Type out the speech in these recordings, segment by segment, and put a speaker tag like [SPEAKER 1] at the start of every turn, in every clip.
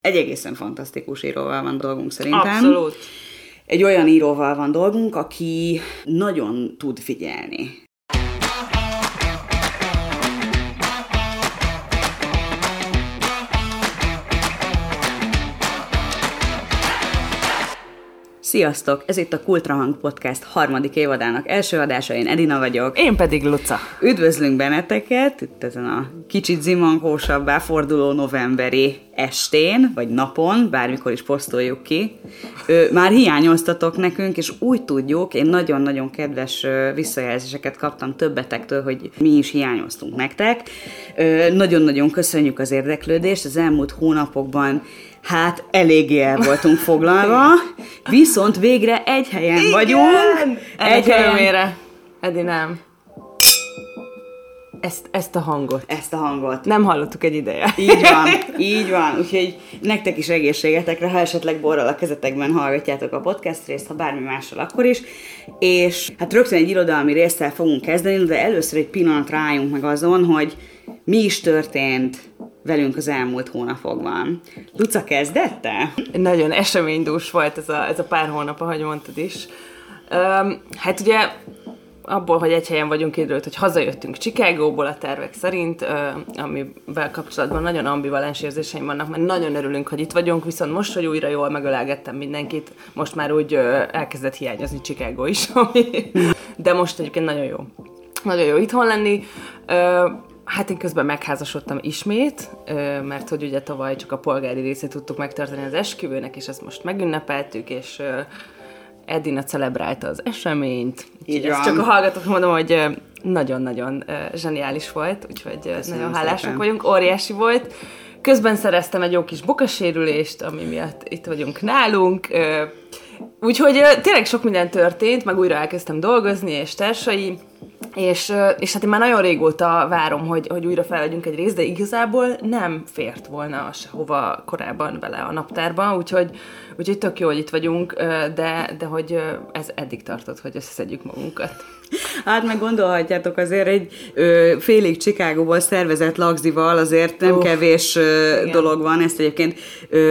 [SPEAKER 1] egy egészen fantasztikus íróval van dolgunk szerintem.
[SPEAKER 2] Abszolút.
[SPEAKER 1] Egy olyan íróval van dolgunk, aki nagyon tud figyelni. Sziasztok! Ez itt a Kultrahang Podcast 3. évadának első adása, én Edina vagyok.
[SPEAKER 2] Én pedig Luca.
[SPEAKER 1] Üdvözlünk benneteket itt ezen a kicsit zimankósabbá forduló novemberi estén, vagy napon, bármikor is posztoljuk ki. Már hiányoztatok nekünk, és úgy tudjuk, én nagyon-nagyon kedves visszajelzéseket kaptam többetektől, hogy mi is hiányoztunk nektek. Nagyon-nagyon köszönjük az érdeklődést, az elmúlt hónapokban hát eléggé el voltunk foglalva, viszont végre egy helyen vagyunk.
[SPEAKER 2] Egy örömére. Edi, nem. Ezt a hangot.
[SPEAKER 1] Ezt a hangot.
[SPEAKER 2] Nem hallottuk egy ideje.
[SPEAKER 1] Így van. Úgyhogy nektek is egészségetekre, ha esetleg borral a kezetekben hallgatjátok a podcast részt, ha bármi mással, akkor is. És hát rögtön egy irodalmi résszel fogunk kezdeni, de először egy pillanat rájunk meg azon, hogy mi is történt velünk az elmúlt hónapokban. Luca, kezdette?
[SPEAKER 2] Nagyon eseménydús volt ez a pár hónap, ahogy mondtad is. Hát ugye abból, hogy egy helyen vagyunk, kiderült, hogy hazajöttünk Chicagóból a tervek szerint, amivel kapcsolatban nagyon ambivalens érzéseim vannak, mert nagyon örülünk, hogy itt vagyunk, viszont most, hogy újra jól megölelgettem mindenkit, most már úgy elkezdett hiányozni Chicago is, de most egyébként nagyon jó. Nagyon jó itthon lenni. Hát én közben megházasodtam ismét, mert hogy ugye tavaly csak a polgári részét tudtuk megtartani az esküvőnek, és ezt most megünnepeltük, és Edina celebrálta az eseményt. Ezt csak a hallgatóknak mondom, hogy nagyon-nagyon zseniális volt, úgyhogy köszönöm, nagyon hálásak vagyunk, óriási volt. Közben szereztem egy jó kis bokasérülést, ami miatt itt vagyunk nálunk. Úgyhogy tényleg sok minden történt, meg újra elkezdtem dolgozni, és társai, és hát én már nagyon régóta várom, hogy újra felvegyünk egy részt, de igazából nem fért volna sehova korábban vele a naptárba, úgyhogy tök jó, hogy itt vagyunk, de hogy ez eddig tartott, hogy összeszedjük magunkat.
[SPEAKER 1] Hát meg gondolhatjátok, azért egy félig Chicagóból szervezett lagzival azért nem kevés dolog van. Ezt egyébként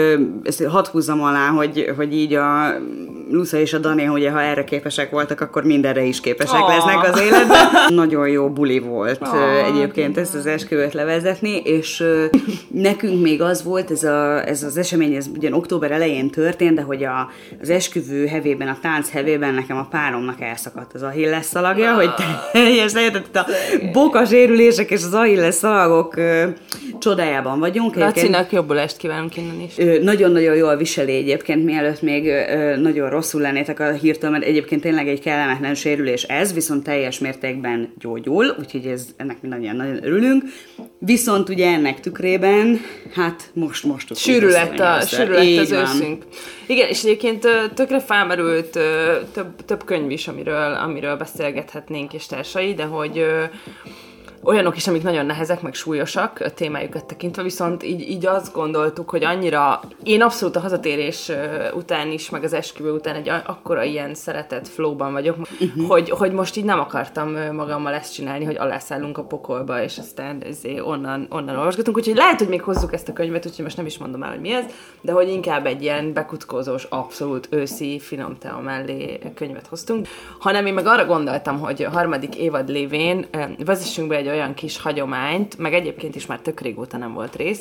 [SPEAKER 1] ezt hadd húzzam alá, hogy így a Luca és a Dani, ugye, ha erre képesek voltak, akkor mindenre is képesek lesznek az életben. Nagyon jó buli volt egyébként ezt az esküvőt levezetni, és nekünk még az volt, ez az esemény, ez ugyan október elején történt, de hogy az esküvő hevében, a tánc hevében nekem a páromnak elszakadt az Achilles szalagja, hogy teljesen érted, a bokasérülések és az Achilles szalagok csodájában vagyunk.
[SPEAKER 2] Lacinak jobbulást kívánunk innen is.
[SPEAKER 1] Nagyon-nagyon jól viseli egyébként, mielőtt még nagyon rosszul lennétek a hírtől, mert egyébként tényleg egy kellemetlen sérülés ez, viszont teljes mértékben gyógyul, úgyhogy ennek mi nagyon örülünk. Viszont ugye ennek tükrében, hát most tudjuk.
[SPEAKER 2] Sűrű lett az őszünk. Igen, és egyébként tökre felmerült több könyv is, amiről beszélgethetnénk és társai, de hogy olyanok is, amik nagyon nehezek, meg súlyosak a témájukat tekintve, viszont így azt gondoltuk, hogy annyira, én abszolút a hazatérés után is, meg az esküvő után egy akkora ilyen szeretett flowban vagyok, hogy most így nem akartam magammal ezt csinálni, hogy alászállunk a pokolba, és aztán onnan olvasgatunk, úgyhogy lehet, hogy még hozzuk ezt a könyvet, úgyhogy most nem is mondom el, hogy mi ez, de hogy inkább egy ilyen bekuckózós, abszolút őszi, finom tea mellé könyvet hoztunk, hanem én meg arra gondoltam, hogy a 3. évad lévén vezessünk be egy olyan kis hagyományt, meg egyébként is már tök régóta nem volt rész,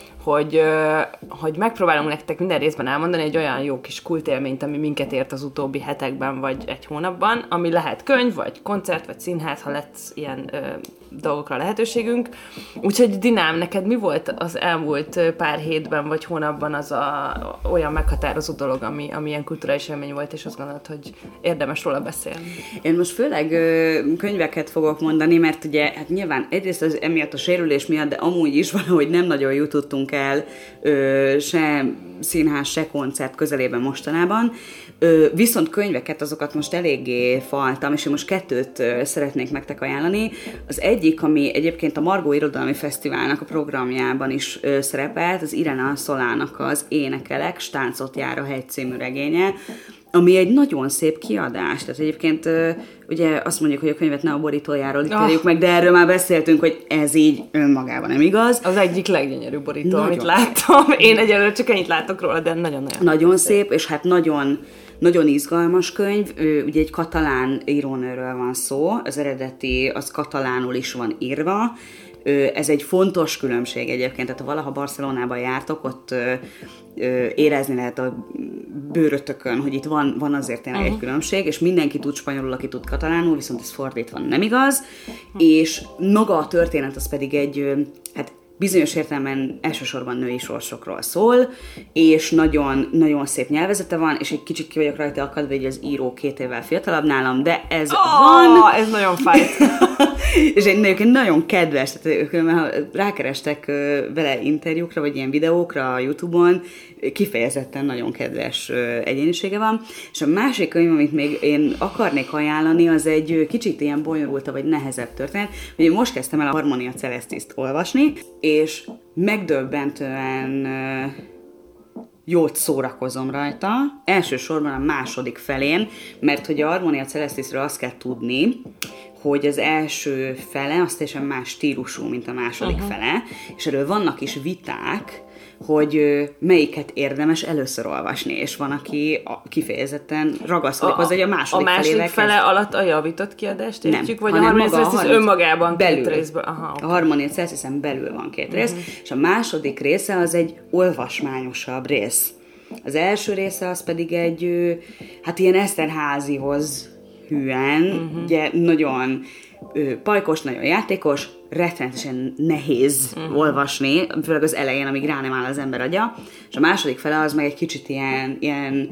[SPEAKER 2] hogy megpróbálunk nektek minden részben elmondani egy olyan jó kis kultélményt, ami minket ért az utóbbi hetekben, vagy egy hónapban, ami lehet könyv, vagy koncert, vagy színház, ha lett ilyen dolgokra lehetőségünk. Úgyhogy Dinám, neked mi volt az elmúlt pár hétben, vagy hónapban az olyan meghatározó dolog, ami ilyen kulturális élmény volt, és azt gondolod, hogy érdemes róla beszélni?
[SPEAKER 1] Én most főleg könyveket fogok mondani, mert ugye hát nyilván egyrészt az emiatt a sérülés miatt, de amúgy is valahogy nem nagyon jutottunk el se színház, se koncert közelében mostanában. Viszont könyveket, azokat most eléggé faltam, és én most 2 szeretnék nektek ajánlani. Az egyik, ami egyébként a Margó Irodalmi Fesztiválnak a programjában is szerepelt, az Irena Szolának az Énekelek, Stáncot jár a hegy című regénye, ami egy nagyon szép kiadás. Tehát egyébként ugye azt mondjuk, hogy a könyvet ne a borítójáról ítéljük meg, de erről már beszéltünk, hogy ez így önmagában nem igaz.
[SPEAKER 2] Az egyik leggyönyörűbb borító, amit láttam. Én egyelőre csak ennyit látok róla, de nagyon-nagyon
[SPEAKER 1] nagyon szép, és hát nagyon izgalmas könyv. Ugye egy katalán írónőről van szó, az eredeti az katalánul is van írva. Ez egy fontos különbség egyébként, tehát ha valaha Barcelonában jártok, ott érezni lehet a bőrötökön, hogy itt van azért tényleg egy különbség, és mindenki tud spanyolul, aki tud katalánul, viszont ez fordítva nem igaz, és maga a történet az pedig egy, hát bizonyos értelemben elsősorban női sorsokról szól, és nagyon, nagyon szép nyelvezete van, és egy kicsit ki vagyok rajta akadva, hogy az író 2 évvel fiatalabb nálam, de ez van.
[SPEAKER 2] Ez nagyon fájt.
[SPEAKER 1] És egyébként nagyon kedves, tehát rákerestek vele interjúkra, vagy ilyen videókra a YouTube-on, kifejezetten nagyon kedves egyénisége van. És a másik könyv, amit még én akarnék ajánlani, az egy kicsit ilyen bonyolultabb, vagy nehezebb történet. Ugye most kezdtem el a Harmonia Celestis-t olvasni, és megdöbbentően jót szórakozom rajta, elsősorban a második felén, mert hogy a Harmonia Celestisről azt kell tudni, hogy az első fele az teljesen más stílusú, mint a második fele, és erről vannak is viták, hogy melyiket érdemes először olvasni, és van, aki kifejezetten ragaszkodik hozzá, hogy a második felével
[SPEAKER 2] második fele alatt a javított kiadást értjük, vagy a Harmonia Celestis önmagában
[SPEAKER 1] belül.
[SPEAKER 2] 2 részből? Aha,
[SPEAKER 1] okay. A Harmonia Celestisen belül van 2 rész, és a második része az egy olvasmányosabb rész. Az első része az pedig egy, hát ilyen Esterházyhoz hűen, ugye nagyon pajkos, nagyon játékos, rettenetesen nehéz olvasni, főleg az elején, amíg rá nem áll az ember agya, és a második fele az meg egy kicsit ilyen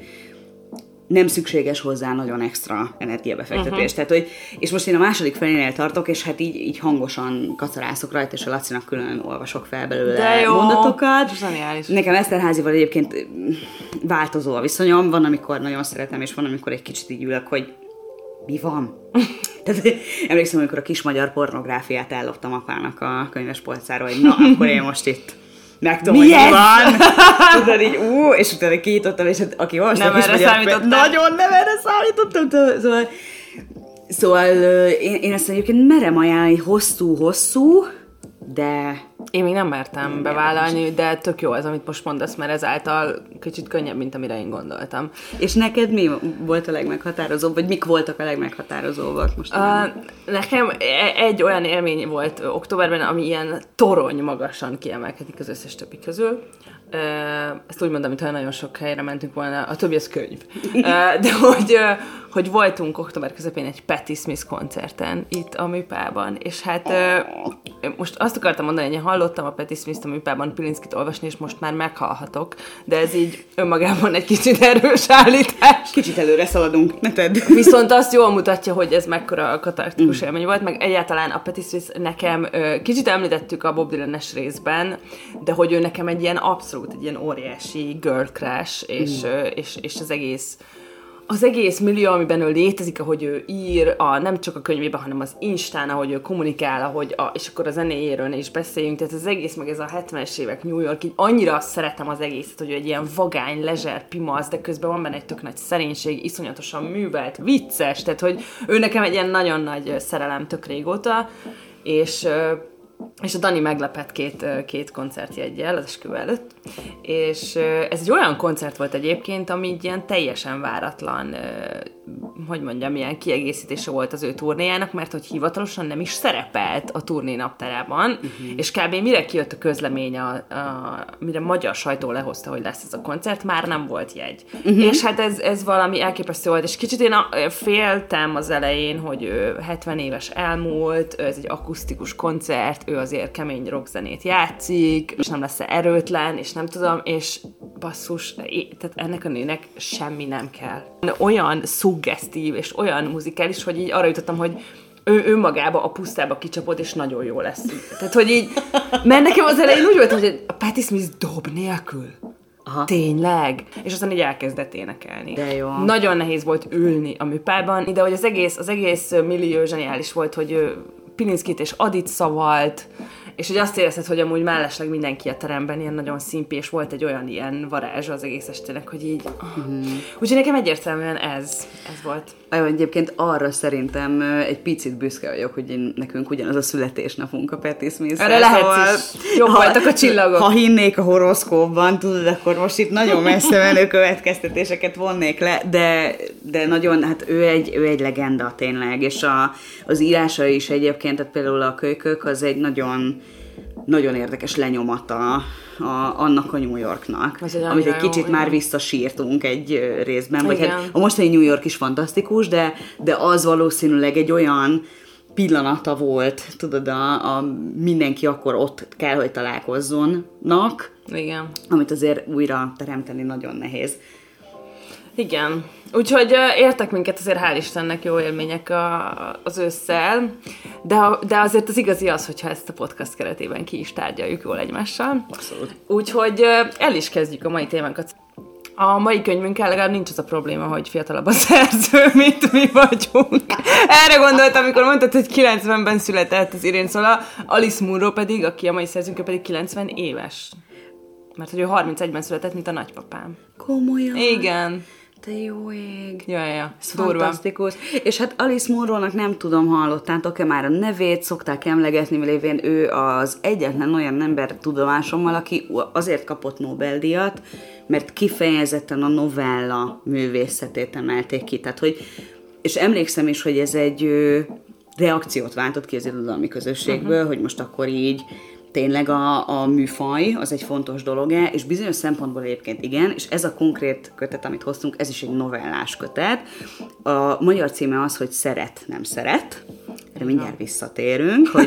[SPEAKER 1] nem szükséges hozzá nagyon extra energiabefektetés. Tehát, hogy, és most én a második felénél tartok, és hát így hangosan kacarászok rajta, és a Lacinak külön olvasok fel belőle mondatokat. Nekem Esterházyval egyébként változó a viszonyom, van, amikor nagyon szeretem, és van, amikor egy kicsit így ülök, hogy mi van? Tehát emlékszem, amikor a kis magyar pornográfiát elloptam apának a könyvespolcáról, hogy na, akkor én most itt megtudom, hogy mi van. Tudod így, és utána kinyitottam, és aki olvasta a kis magyar nagyon nem erre számítottam. Szóval én ezt egyébként merem ajánlani hosszú, de...
[SPEAKER 2] Én még nem mertem bevállalni, de tök jó az, amit most mondasz, mert ezáltal kicsit könnyebb, mint amire én gondoltam.
[SPEAKER 1] És neked mi volt a legmeghatározóbb, vagy mik voltak a legmeghatározóbbak most?
[SPEAKER 2] Nekem egy olyan élmény volt októberben, ami ilyen torony magasan kiemelkedik az összes többi közül. Ezt úgy mondom, mintha nagyon sok helyre mentünk volna, a többi az könyv. De hogy voltunk október közepén egy Patti Smith koncerten itt a Műpában, és hát most azt akartam mondani, hogy én hallottam a Patti Smith-t a Műpában Pilinszkit olvasni, és most már meghalhatok, de ez így önmagában egy kicsit erős állítás.
[SPEAKER 1] Kicsit előre szaladunk, ne tedd.
[SPEAKER 2] Viszont azt jól mutatja, hogy ez mekkora katartikus élmény volt, meg egyáltalán a Patti Smith nekem, kicsit említettük a Bob Dylan-es részben, de hogy ő nekem egy ilyen abszolút, egy ilyen óriási girl crush, és az egész millió, amiben ő létezik, ahogy ő ír, nem csak a könyvében, hanem az Instán, ahogy ő kommunikál, és akkor a zenéjéről is beszéljünk, tehát az egész, meg ez a 70-es évek New York, így annyira szeretem az egészet, hogy ő egy ilyen vagány, lezser, pimasz, de közben van benne egy tök nagy szerénység, iszonyatosan művelt, vicces, tehát hogy ő nekem egy ilyen nagyon nagy szerelem tök régóta, és a Dani meglepett két koncertjeggyel az esküvő előtt, és ez egy olyan koncert volt egyébként, ami így ilyen teljesen váratlan, hogy mondjam, ilyen kiegészítése volt az ő turnéjának, mert hogy hivatalosan nem is szerepelt a turné naptárában, és kb. Mire kijött a közlemény, mire magyar sajtó lehozta, hogy lesz ez a koncert, már nem volt jegy. És hát ez valami elképesztő volt, és kicsit én féltem az elején, hogy ő 70 éves elmúlt, ez egy akusztikus koncert, ő azért kemény rockzenét játszik, és nem lesz erőtlen, és nem tudom, és basszus, tehát ennek a nőnek semmi nem kell. Olyan szuggesztív, és olyan muzikális, hogy így arra jutottam, hogy ő önmagába a pusztába kicsapott, és nagyon jó lesz. Tehát, hogy így, mert nekem az elején úgy volt, hogy a Patti Smith dob nélkül. Aha. Tényleg? És aztán így elkezdett énekelni.
[SPEAKER 1] De jó.
[SPEAKER 2] Nagyon nehéz volt ülni a Műpában, de hogy az egész millió zseniális volt, hogy Pilinszkit és Adit szavalt, és hogy azt érezted, hogy amúgy mellesleg mindenki a teremben ilyen nagyon szimpi, és volt egy olyan ilyen varázsa az egész estének, hogy így... Úgyhogy nekem egyértelműen ez volt.
[SPEAKER 1] Egyébként arra szerintem egy picit büszke vagyok, hogy nekünk ugyanaz a születésnapunk a Patti Smith-szel.
[SPEAKER 2] Erre lehetsz is. Jobb voltak a csillagok.
[SPEAKER 1] Ha hinnék a horoszkópban, tudod, akkor most itt nagyon messze menő következtetéseket vonnék le, de nagyon, hát ő egy legenda tényleg, és az írása is egyébként, tehát például a Kölykök, az egy nagyon, nagyon érdekes lenyomata annak a New Yorknak, amit egy kicsit már visszasírtunk egy részben, vagy hát a mostani New York is fantasztikus, de az valószínűleg egy olyan pillanata volt, tudod, mindenki akkor ott kell, hogy találkozzonnak,
[SPEAKER 2] igen.
[SPEAKER 1] Amit azért újra teremteni nagyon nehéz.
[SPEAKER 2] Igen. Úgyhogy értek minket azért hál' Istennek jó élmények az ősszel, de azért az igazi az, hogyha ezt a podcast keretében ki is tárgyaljuk jól egymással.
[SPEAKER 1] Abszolút.
[SPEAKER 2] Úgyhogy el is kezdjük a mai témánkat. A mai könyvünkkel legalább nincs az a probléma, hogy fiatalabb a szerző, mint mi vagyunk. Erre gondoltam, amikor mondtad, hogy 90-ben született az Irén Szola, Alice Munro pedig, aki a mai szerzőnk, pedig 90 éves. Mert hogy ő 31-ben született, mint a nagypapám.
[SPEAKER 1] Komolyan?
[SPEAKER 2] Igen.
[SPEAKER 1] Te jó ég.
[SPEAKER 2] Ja.
[SPEAKER 1] Ez fantasztikus. És hát Alice Munro-nak nem tudom, hallottátok-e már a nevét, szokták emlegetni, lévén ő az egyetlen olyan ember tudomásommal, aki azért kapott Nobel-díjat, mert kifejezetten a novella művészetét emelték ki. Tehát, és emlékszem is, hogy ez egy reakciót váltott ki az irodalmi közösségből, hogy most akkor így tényleg a műfaj, az egy fontos dolog-e, és bizonyos szempontból egyébként igen, és ez a konkrét kötet, amit hoztunk, ez is egy novellás kötet. A magyar címe az, hogy Szeret, nem szeret. Erre mindjárt visszatérünk, hogy,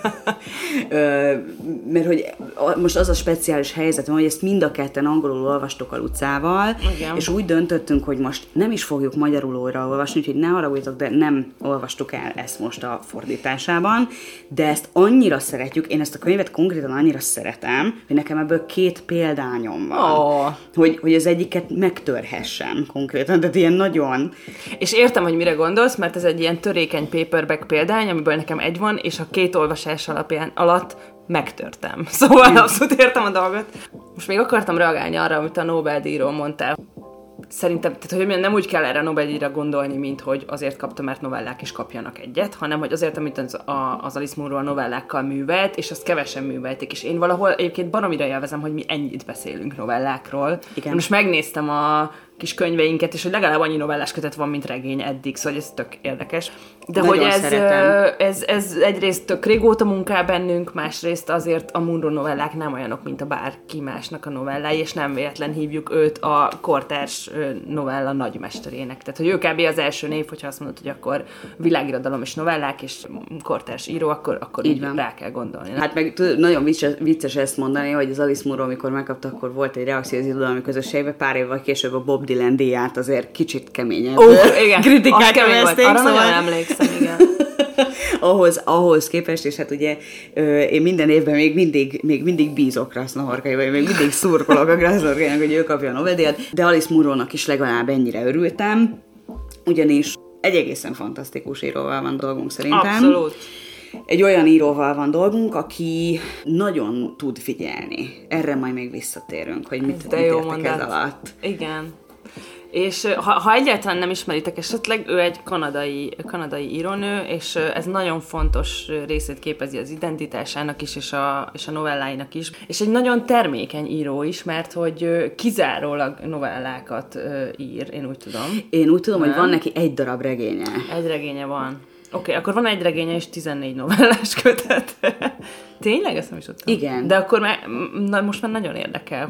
[SPEAKER 1] mert hogy most az a speciális helyzet van, hogy ezt mind a ketten angolul olvastuk a Lucával, igen. És úgy döntöttünk, hogy most nem is fogjuk magyarul olvasni, úgyhogy ne haragudjatok, de nem olvastuk el ezt most a fordításában, de ezt annyira szeretjük, én ezt a könyvet konkrétan annyira szeretem, hogy nekem ebből 2 példányom van, hogy az egyiket megtörhessem konkrétan, tehát ilyen nagyon...
[SPEAKER 2] És értem, hogy mire gondolsz, mert ez egy ilyen törékeny paperback példány, amiből nekem egy van, és a 2 olvasás alatt megtörtem. Szóval abszolút értem a dolgot. Most még akartam reagálni arra, amit a Nobel-díjról mondtál. Szerintem, tehát, hogy nem úgy kell erre a Nobel-díjra gondolni, mint hogy azért kapta, mert novellák is kapjanak egyet, hanem hogy azért, amit az Alice Munro a novellákkal művelt, és azt kevesen művelték, és én valahol egyébként baromira élvezem, hogy mi ennyit beszélünk novellákról. Igen. Most megnéztem a kis könyveinket, és hogy legalább annyi novellás kötet van, mint regény eddig, szóval ez tök érdekes. De nagyon hogy ez egyrészt tök régóta munkál bennünk, másrészt azért a Munro novellák nem olyanok, mint a bárki másnak a novellái, és nem véletlen hívjuk őt a kortárs novella nagymesterének. Tehát, hogy ő kb. Az első név, hogyha azt mondod, hogy akkor világirodalom és novellák, és kortárs író, akkor így rá kell gondolni.
[SPEAKER 1] Hát meg nagyon vicces ezt mondani, hogy az Alice Munro, amikor megkapta, akkor volt egy reakció az irodalmi közösségben, pár évvel később a Bob Dylan díját azért kicsit keményebb kritikák emelték.
[SPEAKER 2] Arra nagyon emlékszem, igen.
[SPEAKER 1] ahhoz képest, és hát ugye én minden évben még mindig bízok Krasznahorkai, vagy még mindig szurkolok a Krasznahorkainak, hogy ő kapja a Nobel-díjat, de Alice Munrónak is legalább ennyire örültem, ugyanis egy egészen fantasztikus íróval van dolgunk szerintem.
[SPEAKER 2] Abszolút.
[SPEAKER 1] Egy olyan íróval van dolgunk, aki nagyon tud figyelni. Erre majd még visszatérünk, hogy mit értek ez alatt.
[SPEAKER 2] Igen. És ha egyáltalán nem ismeritek esetleg, ő egy kanadai írónő, és ez nagyon fontos részét képezi az identitásának is, és a novelláinak is. És egy nagyon termékeny író is, mert hogy kizárólag novellákat ír, én úgy tudom.
[SPEAKER 1] Én úgy tudom, hogy van neki egy darab regénye.
[SPEAKER 2] Egy regénye van. Oké, akkor van egy regénye és 14 novellás kötet. Tényleg? Ezt nem is tudtam.
[SPEAKER 1] Igen.
[SPEAKER 2] De akkor most már nagyon érdekel,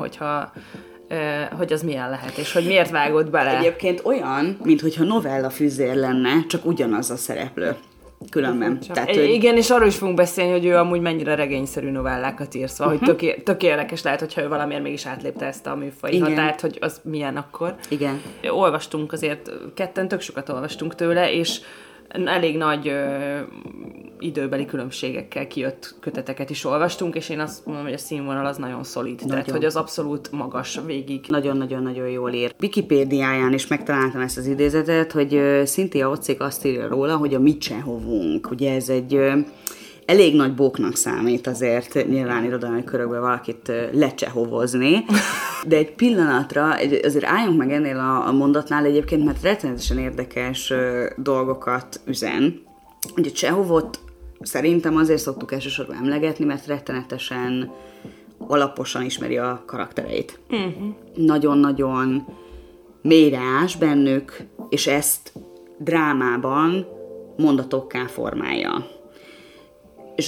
[SPEAKER 2] hogy az milyen lehet, és hogy miért vágott bele.
[SPEAKER 1] Egyébként olyan, mintha novella füzér lenne, csak ugyanaz a szereplő. Különben.
[SPEAKER 2] Tehát, igen, és arról is fogunk beszélni, hogy ő amúgy mennyire regényszerű novellákat ír, szóval, hogy tök érdekes lehet, hogyha ő valamiért mégis átlépte ezt a műfai határt, hogy az milyen akkor.
[SPEAKER 1] Igen.
[SPEAKER 2] Olvastunk azért, ketten tök sokat olvastunk tőle, és elég nagy időbeli különbségekkel kijött köteteket is olvastunk, és én azt mondom, hogy a színvonal az nagyon szolid, tehát hogy az abszolút magas végig.
[SPEAKER 1] Nagyon-nagyon-nagyon jól ír. Wikipédiáján is megtaláltam ezt az idézetet, hogy Cynthia Ozick azt írja róla, hogy a mi Csehovunk, ugye ez elég nagy bóknak számít azért nyilván irodalmi körökben valakit lecsehovozni, de egy pillanatra azért álljunk meg ennél a mondatnál egyébként, mert rettenetesen érdekes dolgokat üzen. Ugye Csehovot szerintem azért szoktuk elsősorban emlegetni, mert rettenetesen alaposan ismeri a karaktereit. Nagyon-nagyon mélyre ás bennük, és ezt drámában mondatokká formálja. És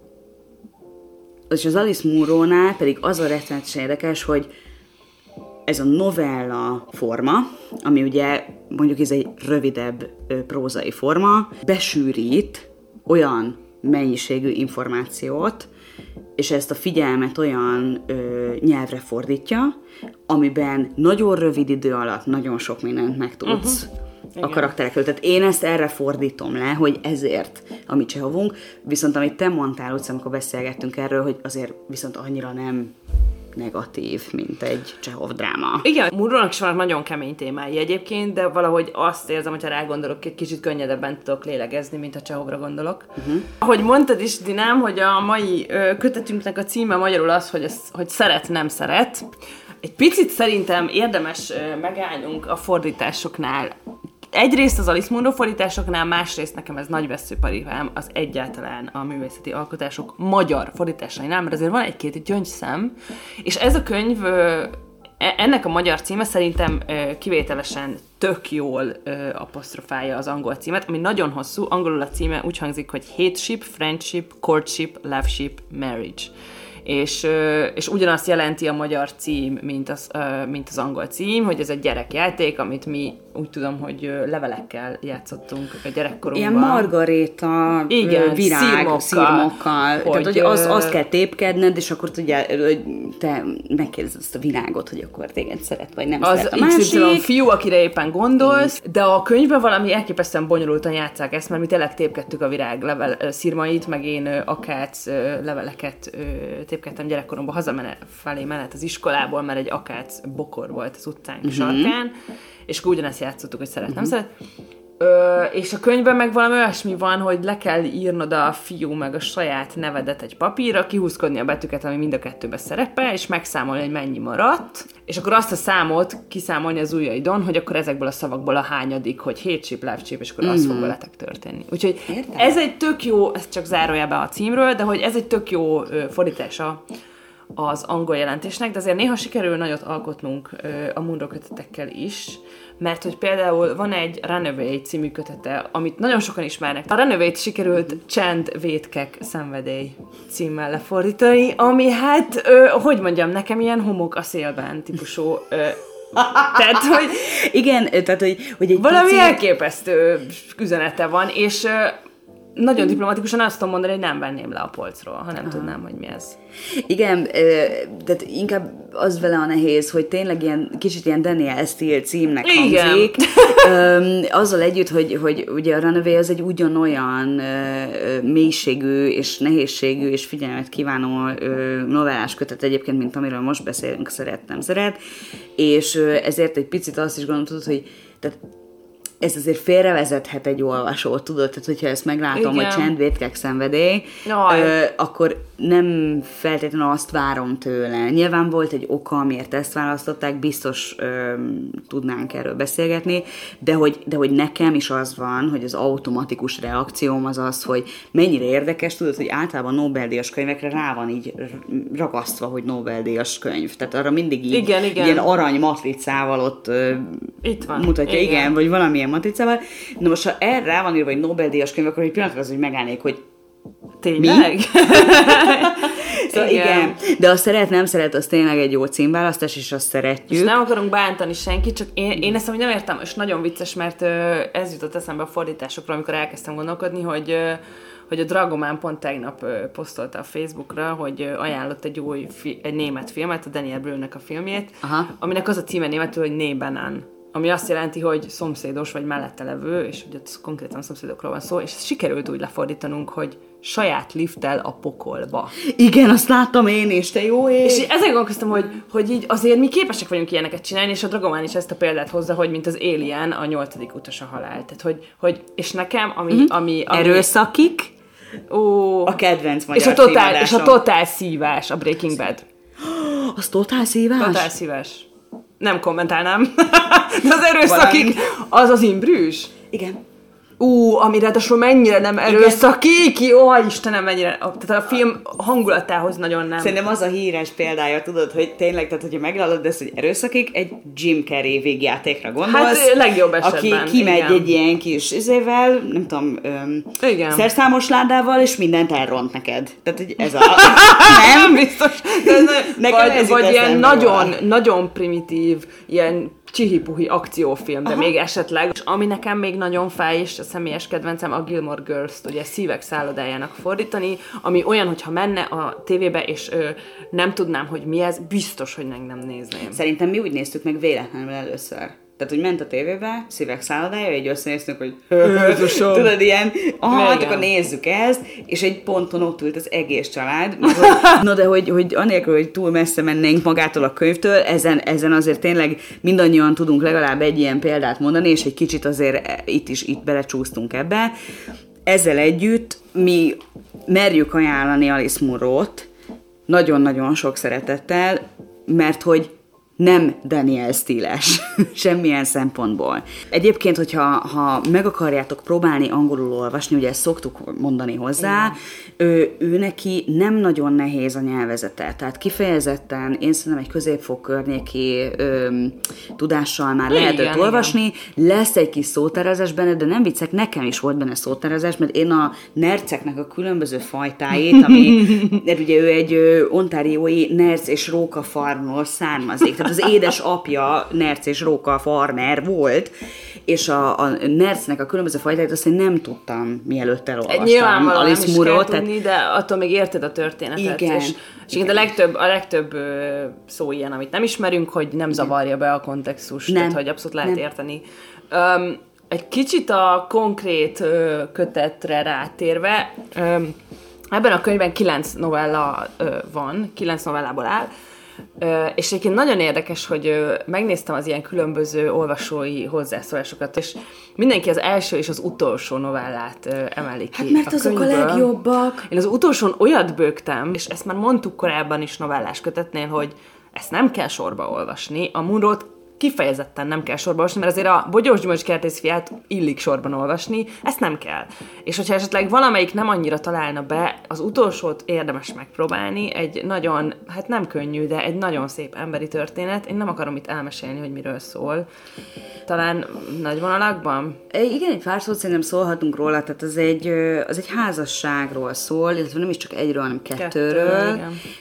[SPEAKER 1] az Alice Munro-nál pedig az a rettenetesen érdekes, hogy ez a novella forma, ami ugye mondjuk ez egy rövidebb prózai forma, besűrít olyan mennyiségű információt, és ezt a figyelmet olyan nyelvre fordítja, amiben nagyon rövid idő alatt nagyon sok mindent megtudsz a karakterekről. Tehát én ezt erre fordítom le, hogy ezért a mi Csehovunk, viszont amit te mondtál, úgy amikor beszélgettünk erről, hogy azért viszont annyira nem negatív, mint egy Csehov dráma.
[SPEAKER 2] Igen, Munronak is vannak nagyon kemény témái egyébként, de valahogy azt érzem, hogyha rágondolok, egy kicsit könnyedebben tudok lélegezni, mint a Csehovra gondolok. Ahogy mondtad is, Dinám, hogy a mai kötetünknek a címe magyarul az, hogy szeret, nem szeret. Egy picit szerintem érdemes megállnunk a fordításoknál. Egyrészt az Alice Munro fordításoknál, másrészt nekem ez nagy vesszőparipám az egyáltalán a művészeti alkotások magyar fordításainál, mert azért van egy-két gyöngyszem, és ez a könyv, ennek a magyar címe szerintem kivételesen tök jól apostrofálja az angol címet, ami nagyon hosszú, angolul a címe úgy hangzik, hogy Hateship, Friendship, Courtship, Loveship, Marriage. És ugyanazt jelenti a magyar cím, mint az angol cím, hogy ez egy gyerekjáték, amit mi úgy tudom, hogy levelekkel játszottunk a gyerekkorunkban.
[SPEAKER 1] Ilyen margaréta, igen, virág, szirmokkal. Tehát, hogy azt kell tépkedned, és akkor tudja, hogy te megkérdezed azt a virágot, hogy akkor téged szeret, vagy nem szeret a másik.
[SPEAKER 2] Az XY fiú, akire éppen gondolsz, de a könyvben valami elképesztően bonyolultan játsszák ezt, mert mi tényleg tépkedtük a virág szirmait, meg én akác leveleket tépkedtem gyerekkoromban hazafelé menet az iskolából, mert egy akác bokor volt az utcánk sarkán, és akkor ugyanezt játszottuk, hogy szeret, nem szeret. És a könyvben meg valami olyasmi van, hogy le kell írnod a fiú meg a saját nevedet egy papírra, kihúzkodni a betűket, ami mind a kettőben szerepel, és megszámolni, hogy mennyi maradt, és akkor azt a számot kiszámolni az ujjaidon, hogy akkor ezekből a szavakból a hányadik, hogy Hateship, Loveship, és akkor az fog veletek történni. Úgyhogy ez egy tök jó, ez csak zárójában a címről, de hogy ez egy tök jó fordítása az angol jelentésnek, de azért néha sikerül nagyot alkotnunk a Munro kötetekkel is, mert hogy például van egy Runaway című kötete, amit nagyon sokan ismernek. A Runaway-t sikerült Csend, vétkek, szenvedély címmel lefordítani, ami hát, hogy mondjam, nekem ilyen homok a szélben típusú. Tehát, hogy
[SPEAKER 1] igen, tehát, hogy egy
[SPEAKER 2] valami elképesztő üzenete van, és nagyon diplomatikusan azt tudom mondani, hogy nem venném le a polcról, ha nem tudnám, hogy mi ez.
[SPEAKER 1] Igen, tehát inkább az vele a nehéz, hogy tényleg kicsit ilyen Daniel Steele címnek hangzik. Azzal együtt, hogy ugye a Runaway az egy ugyanolyan mélységű és nehézségű és figyelmet kívánó novellás kötet egyébként, mint amiről most beszélünk, szeret, nem szeret, és ezért egy picit azt is gondolod, hogy tehát ez azért félrevezethet egy olvasót, tudod? Tehát, hogyha ezt meglátom, igen, hogy Csend, vétkek, szenvedély, akkor nem feltétlenül azt várom tőle. Nyilván volt egy oka, miért ezt választották, biztos tudnánk erről beszélgetni, de hogy nekem is az van, hogy az automatikus reakcióm az az, hogy mennyire érdekes, tudod, hogy általában Nobel-díjas könyvekre rá van így ragasztva, hogy Nobel-díjas könyv. Tehát arra mindig így ilyen arany matricával ott
[SPEAKER 2] itt van.
[SPEAKER 1] Mutatja, igen, vagy valamilyen matricával. Na most, ha erre rá van írva egy Nobel-díjas könyv, akkor egy pillanatra az, hogy megállnék, hogy
[SPEAKER 2] tényleg?
[SPEAKER 1] Szóval igen. De a szeret, nem szeret, az tényleg egy jó címválasztás, és azt szeretjük. És
[SPEAKER 2] nem akarunk bántani senkit, csak én ezt nem értem, és nagyon vicces, mert ez jutott eszembe a fordításokról, amikor elkezdtem gondolkodni, hogy a Dragomán pont tegnap posztolta a Facebookra, hogy ajánlott egy német filmet, a Daniel Brühlnek a filmjét, aminek az a címe németül, hogy Nebenan, ami azt jelenti, hogy szomszédos vagy mellette levő, és ugye konkrétan szomszédokról van szó, és sikerült úgy lefordítanunk, hogy saját lifttel a pokolba.
[SPEAKER 1] Igen, azt láttam én is, te jó ég!
[SPEAKER 2] És ezzel gondolkoztam, hogy így azért mi képesek vagyunk ilyeneket csinálni, és a Dragomán is ezt a példát hozza, hogy mint az Alien, a 8. utas a halál. Tehát, hogy és nekem, ami
[SPEAKER 1] erőszakik, A kedvenc magyar szívadásom.
[SPEAKER 2] És a totál szívás, a Breaking Bad.
[SPEAKER 1] Az totál szívás?
[SPEAKER 2] Totál szívás. Nem kommentálnám. De az erőszakig, az imbrűs.
[SPEAKER 1] Igen.
[SPEAKER 2] Ami ráadásul mennyire nem erőszakik, Istenem, mennyire, tehát a film hangulatához nagyon nem.
[SPEAKER 1] Szerintem az a híres példája, tudod, hogy tényleg, tehát hogyha meglallod ezt, hogy erőszakik, egy Jim Carrey végjátékra gondolsz.
[SPEAKER 2] Hát legjobb esetben.
[SPEAKER 1] Aki kimegy egy ilyen kis izével, nem tudom, szerszámos ládával, és mindent elront neked. Tehát, hogy ez a...
[SPEAKER 2] nem biztos. Vagy ilyen nagyon primitív, ilyen csihipuhi akciófilm, de még esetleg. És ami nekem még nagyon fáj, és a személyes kedvencem, a Gilmore Girls-t, ugye Szívek szállodájának fordítani, ami olyan, hogyha menne a tévébe, és nem tudnám, hogy mi ez, biztos, hogy nem nézném.
[SPEAKER 1] Szerintem mi úgy néztük meg véletlenül először. Tehát, hogy ment a tévébe, Szívek szállodája, így összenéztünk, hogy tudod, ilyen, akkor nézzük ezt, és egy ponton ott ült az egész család. No, de hogy anélkül, hogy túl messze mennénk magától a könyvtől, ezen azért tényleg mindannyian tudunk legalább egy ilyen példát mondani, és egy kicsit azért itt belecsúsztunk ebbe. Ezzel együtt mi merjük ajánlani Alice Munro-t nagyon-nagyon sok szeretettel, mert hogy nem Danielle Steele-es semmilyen szempontból. Egyébként, hogyha meg akarjátok próbálni angolul olvasni, ugye ezt szoktuk mondani hozzá, ő neki nem nagyon nehéz a nyelvezete. Tehát kifejezetten, én szerintem egy középfok környéki tudással már lehetett olvasni. Lesz egy kis szóterezés benne, de nem viccek, nekem is volt benne szóterezés, mert én a nerceknek a különböző fajtáit, mert ugye ő egy ontariói nerc és róka farmról származik. Tehát az édesapja nerc és róka farmer volt, és a nercnek a különböző fajtáit azt én nem tudtam, mielőtt elolvastam Alice Munro-t.
[SPEAKER 2] Tudni, de attól még érted a történetet.
[SPEAKER 1] Igen.
[SPEAKER 2] És a legtöbb szó ilyen, amit nem ismerünk, hogy nem zavarja be a kontextust, tehát hogy abszolút lehet érteni. Egy kicsit a konkrét kötetre rátérve, ebben a könyvben 9 novella van, 9 novellából áll, és egyébként nagyon érdekes, hogy megnéztem az ilyen különböző olvasói hozzászólásokat, és mindenki az első és az utolsó novellát emeli ki.
[SPEAKER 1] Hát mert azok a legjobbak.
[SPEAKER 2] Én az utolsón olyat bőgtem, és ezt már mondtuk korábban is novellás kötetnél, hogy ezt nem kell sorba olvasni. A Munrót kifejezetten nem kell sorba olvasni, mert azért a Bogyós Gyümölcs Kertész fiát illik sorban olvasni, ezt nem kell. És hogyha esetleg valamelyik nem annyira találna be, az utolsót érdemes megpróbálni, egy nagyon, hát nem könnyű, de egy nagyon szép emberi történet. Én nem akarom itt elmesélni, hogy miről szól. Talán nagy vonalakban?
[SPEAKER 1] Igen, egy pár szót szerintem szólhatunk róla, tehát az egy házasságról szól, illetve nem is csak egyről, hanem kettőről.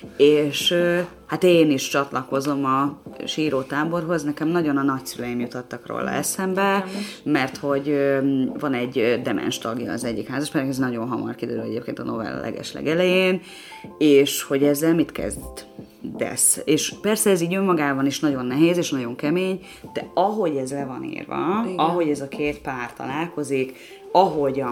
[SPEAKER 1] És hát én is csatlakozom a sírótáborhoz, nekem nagyon a nagyszüleim jutottak róla eszembe, mert hogy van egy demens tagja az egyik házaspárnak, ez nagyon hamar kiderül egyébként a novella legelején, és hogy ezzel mit kezdesz. És persze ez így önmagában is nagyon nehéz, és nagyon kemény, de ahogy ez le van írva, ahogy ez a két pár találkozik, ahogy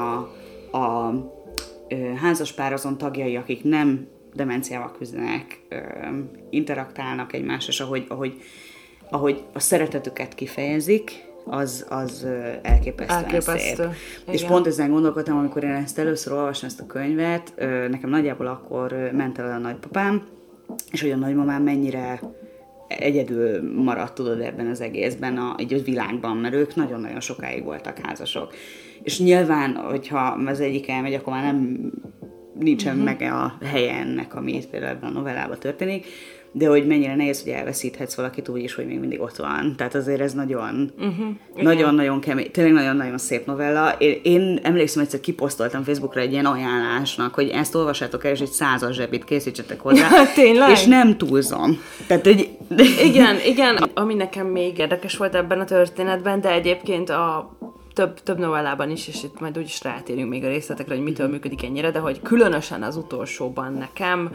[SPEAKER 1] a házaspár azon tagjai, akik nem demenciával küzdenek, interaktálnak egymással, és ahogy a szeretetüket kifejezik, az elképesztően szép. Igen. És pont ezen gondolkodtam, amikor én ezt először olvastam ezt a könyvet, nekem nagyjából akkor ment el a nagypapám, és hogy a nagymamám mennyire egyedül maradt, tudod, ebben az egészben, így a világban, mert ők nagyon-nagyon sokáig voltak házasok. És nyilván, hogyha az egyik elmegy, akkor már nincsen meg a helye ennek, ami itt például ebben a novellában történik, de hogy mennyire nehéz, hogy elveszíthetsz valakit úgy is, hogy még mindig ott van. Tehát azért ez nagyon-nagyon kemény, tényleg nagyon-nagyon szép novella. Én emlékszem, egyszer kiposztoltam Facebookra egy ilyen ajánlásnak, hogy ezt olvassátok el, és egy 100 zsebit készítsetek hozzá.
[SPEAKER 2] Tényleg?
[SPEAKER 1] És nem túlzom. Tehát, hogy...
[SPEAKER 2] Igen. Ami nekem még érdekes volt ebben a történetben, de egyébként a több novellában is, és itt majd úgyis rátérünk még a részletekre, hogy mitől működik ennyire, de hogy különösen az utolsóban nekem,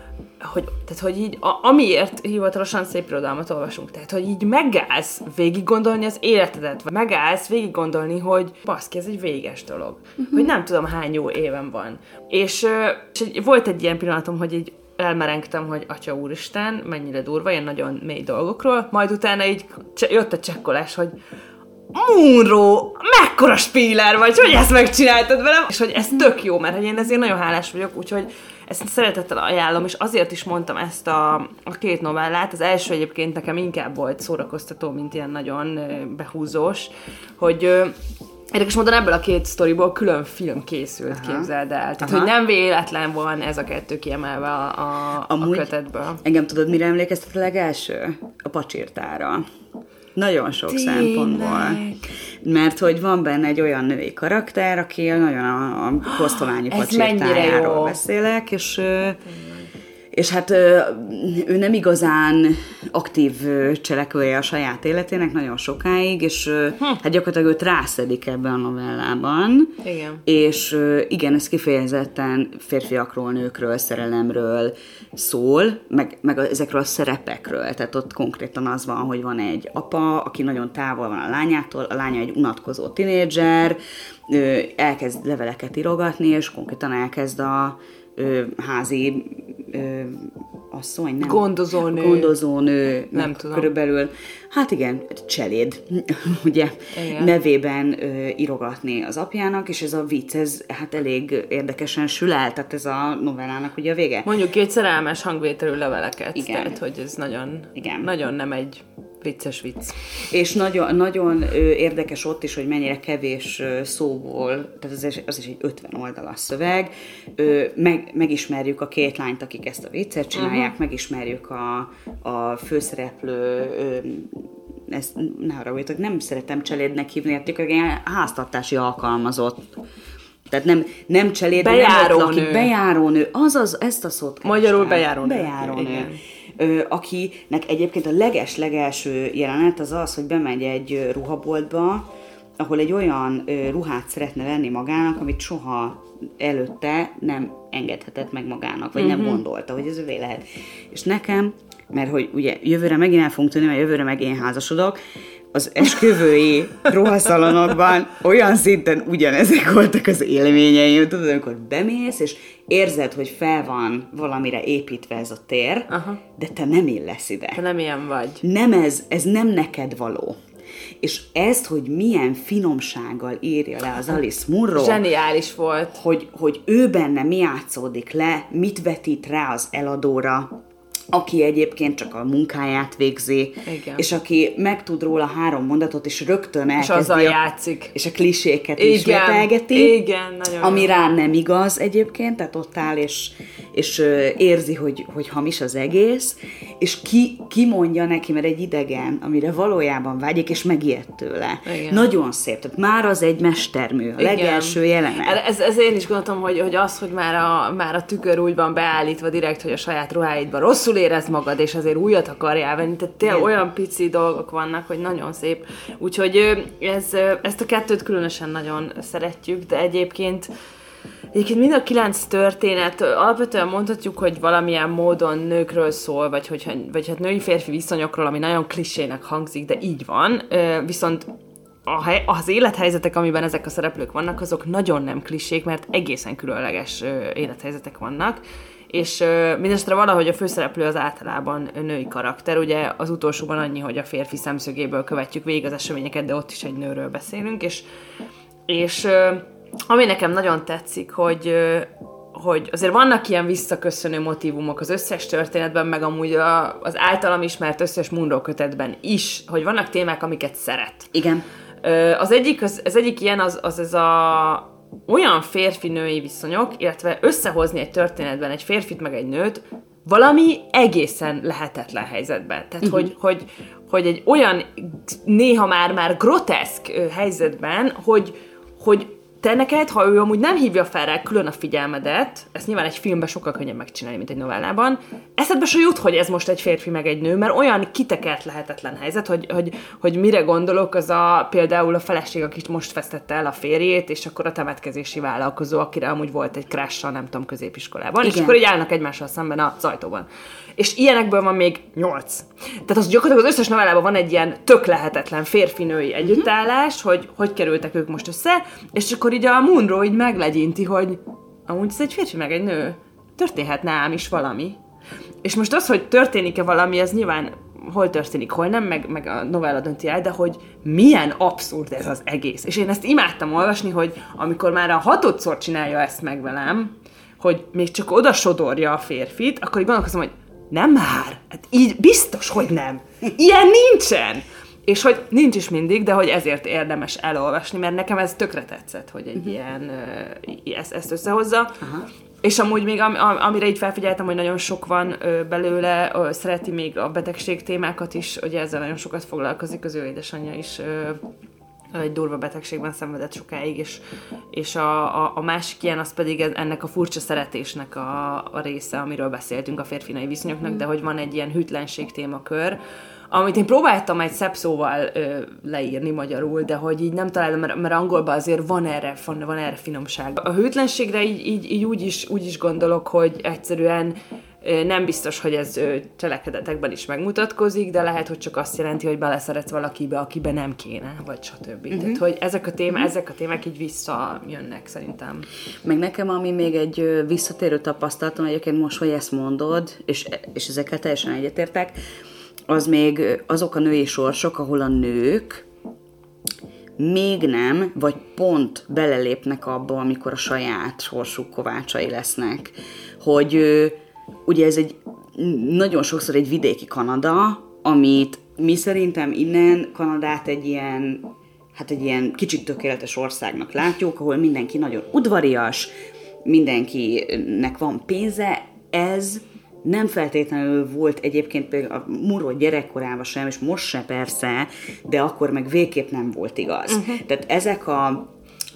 [SPEAKER 2] hogy így, amiért hivatalosan szép irodalmat olvasunk, tehát, hogy így megállsz végig gondolni az életedet, vagy megállsz végig gondolni, hogy baszki, ez egy véges dolog. Hogy nem tudom, hány jó évem van. És volt egy ilyen pillanatom, hogy így elmerengtem, hogy Atya Úristen, mennyire durva, ilyen nagyon mély dolgokról, majd utána így jött a csekkolás, hogy Munro, mekkora spíler vagy, hogy ezt megcsináltad velem, és hogy ez tök jó, mert hogy én ezért nagyon hálás vagyok, úgyhogy ezt szeretettel ajánlom, és azért is mondtam ezt a két novellát. Az első egyébként nekem inkább volt szórakoztató, mint ilyen nagyon behúzós, hogy érdekes módon ebből a két sztoriból külön film készült, képzeld el. Tehát, hogy nem véletlen van ez a kettő kiemelve a kötetből.
[SPEAKER 1] Engem tudod, mire emlékeztet a legelső? A pacsirtára. Nagyon sok szempontból. Mert hogy van benne egy olyan női karakter, aki nagyon a Kosztolányi pacsirtájáról beszélek, és hát ő nem igazán aktív cselekvője a saját életének nagyon sokáig, és hát gyakorlatilag őt rászedik ebben a novellában.
[SPEAKER 2] Igen.
[SPEAKER 1] És igen, ez kifejezetten férfiakról, nőkről, szerelemről szól, meg ezekről a szerepekről. Tehát ott konkrétan az van, hogy van egy apa, aki nagyon távol van a lányától, a lánya egy unatkozó tinédzser, elkezd leveleket írogatni, és konkrétan elkezd a házi asszony, nem? Gondozónő,
[SPEAKER 2] nem tudom.
[SPEAKER 1] Körülbelül, hát igen, cseléd, ugye, igen. Nevében írogatni az apjának, és ez a vicc, ez hát elég érdekesen sül el, tehát ez a novellának ugye a vége.
[SPEAKER 2] Mondjuk két szerelmes hangvételű leveleket, igen. Tehát, hogy ez nagyon nem egy vicces vicc.
[SPEAKER 1] És nagyon érdekes ott is, hogy mennyire kevés szóból, tehát az is egy 50 oldalas szöveg, megismerjük a két lányt, akik ezt a viccet csinálják, megismerjük a főszereplő, ezt ne haragudjatok, nem szeretem cselédnek hívni, értük, hogy ilyen háztartási alkalmazott. Tehát nem cseléd, bejárónő. Azaz, ezt a szót keresem.
[SPEAKER 2] Magyarul bejárónő.
[SPEAKER 1] Bejárónő. Akinek egyébként a legelső jelenet az az, hogy bemegy egy ruhaboltba, ahol egy olyan ruhát szeretne venni magának, amit soha előtte nem engedhetett meg magának, vagy nem gondolta, hogy ez övé lehet. És nekem, mert hogy ugye jövőre megint el fogunk tűnni, mert jövőre meg én házasodok, az esküvői ruhaszalonokban olyan szinten ugyanezek voltak az élményeim. Tudod, amikor bemész, és érzed, hogy fel van valamire építve ez a tér, de te nem illesz ide.
[SPEAKER 2] Te nem ilyen vagy.
[SPEAKER 1] Nem ez nem neked való. És ezt, hogy milyen finomsággal írja le az Alice Munro.
[SPEAKER 2] Zseniális volt.
[SPEAKER 1] Hogy ő benne mi játszódik le, mit vetít rá az eladóra, aki egyébként csak a munkáját végzi, igen. És aki megtud róla 3 mondatot, és rögtön elkezdi,
[SPEAKER 2] és azzal játszik.
[SPEAKER 1] És a kliséket ismételgeti,
[SPEAKER 2] igen,
[SPEAKER 1] ami jó. Rá nem igaz egyébként, tehát ott áll, és érzi, hogy hamis az egész, és ki mondja neki, mert egy idegen, amire valójában vágyik, és megijed tőle. Igen. Nagyon szép, tehát már az egy mestermű, a legelső jelenet.
[SPEAKER 2] Ez én is gondoltam, hogy az, hogy már a tükör úgy van beállítva direkt, hogy a saját ruháidban rosszul érezd magad, és azért újat akarjál venni, tehát tényleg olyan pici dolgok vannak, hogy nagyon szép. Úgyhogy ezt a kettőt különösen nagyon szeretjük, de egyébként mind a 9 történet alapvetően mondhatjuk, hogy valamilyen módon nőkről szól, vagy hát női-férfi viszonyokról, ami nagyon klisének hangzik, de így van. Viszont az élethelyzetek, amiben ezek a szereplők vannak, azok nagyon nem klisék, mert egészen különleges élethelyzetek vannak. És mindesetre valahogy a főszereplő az általában női karakter, ugye az utolsóban annyi, hogy a férfi szemszögéből követjük végig az eseményeket, de ott is egy nőről beszélünk, és ami nekem nagyon tetszik, hogy azért vannak ilyen visszaköszönő motívumok az összes történetben, meg amúgy az általam ismert összes Munro kötetben is, hogy vannak témák, amiket szeret.
[SPEAKER 1] Igen.
[SPEAKER 2] Az egyik ilyen az ez a olyan férfi-női viszonyok, illetve összehozni egy történetben egy férfit meg egy nőt valami egészen lehetetlen helyzetben. Tehát, hogy egy olyan néha már groteszk helyzetben, hogy te neked, ha ő amúgy nem hívja fel rá külön a figyelmedet, ezt nyilván egy filmben sokkal könnyebb megcsinálni, mint egy novellában, eszedbe se jut, hogy ez most egy férfi meg egy nő, mert olyan kitekert lehetetlen helyzet, hogy mire gondolok, az például a feleség, aki most vesztette el a férjét, és akkor a temetkezési vállalkozó, akire amúgy volt egy crush-a, nem tudom, középiskolában, igen. És akkor így állnak egymással szemben az ajtóban. És ilyenekből van még 8. Tehát az gyakorlatilag az összes novellában van egy ilyen tök lehetetlen férfi-női együttállás, hogy kerültek ők most össze, és akkor így a Munro így meglegyinti, hogy amúgy ez egy férfi meg egy nő. Történhetne ám is valami. És most az, hogy történik-e valami, ez nyilván hol történik, hol nem, meg a novella dönti el, de hogy milyen abszurd ez az egész. És én ezt imádtam olvasni, hogy amikor már a 6-szor csinálja ezt meg velem, hogy még csak oda sodorja a férfit, akkor így gondolkozom, hogy nem már, hát így biztos, hogy nem. Ilyen nincsen! És hogy nincs is mindig, de hogy ezért érdemes elolvasni, mert nekem ez tökre tetszett, hogy egy ilyen, ezt összehozza. Aha. És amúgy még, amire így felfigyeltem, hogy nagyon sok van belőle, szereti még a betegség témákat is, ugye ezzel nagyon sokat foglalkozik, az ő édesanyja is egy durva betegségben szenvedett sokáig, és a másik ilyen, az pedig ennek a furcsa szeretésnek a része, amiről beszéltünk a férfi-női viszonyoknak, de hogy van egy ilyen hűtlenség témakör, amit én próbáltam egy szebb szóval leírni magyarul, de hogy így nem találom, mert angolban azért van erre finomság. A hűtlenségre így úgy is gondolok, hogy egyszerűen nem biztos, hogy ez cselekedetekben is megmutatkozik, de lehet, hogy csak azt jelenti, hogy beleszeretsz valakibe, akibe nem kéne, vagy stb. Tehát, hogy ezek a témák így visszajönnek szerintem.
[SPEAKER 1] Meg nekem, ami még egy visszatérő tapasztalatom, egyébként most, hogy ezt mondod, és ezekkel teljesen egyetértek, az még azok a női sorsok, ahol a nők még nem, vagy pont belelépnek abba, amikor a saját sorsuk kovácsai lesznek. Hogy ugye ez egy nagyon sokszor egy vidéki Kanada, amit mi szerintem innen Kanadát egy ilyen kicsit tökéletes országnak látjuk, ahol mindenki nagyon udvarias, mindenkinek van pénze, ez nem feltétlenül volt egyébként például a Munro gyerekkorában sem, és most se persze, de akkor meg végképp nem volt igaz. Tehát ezek a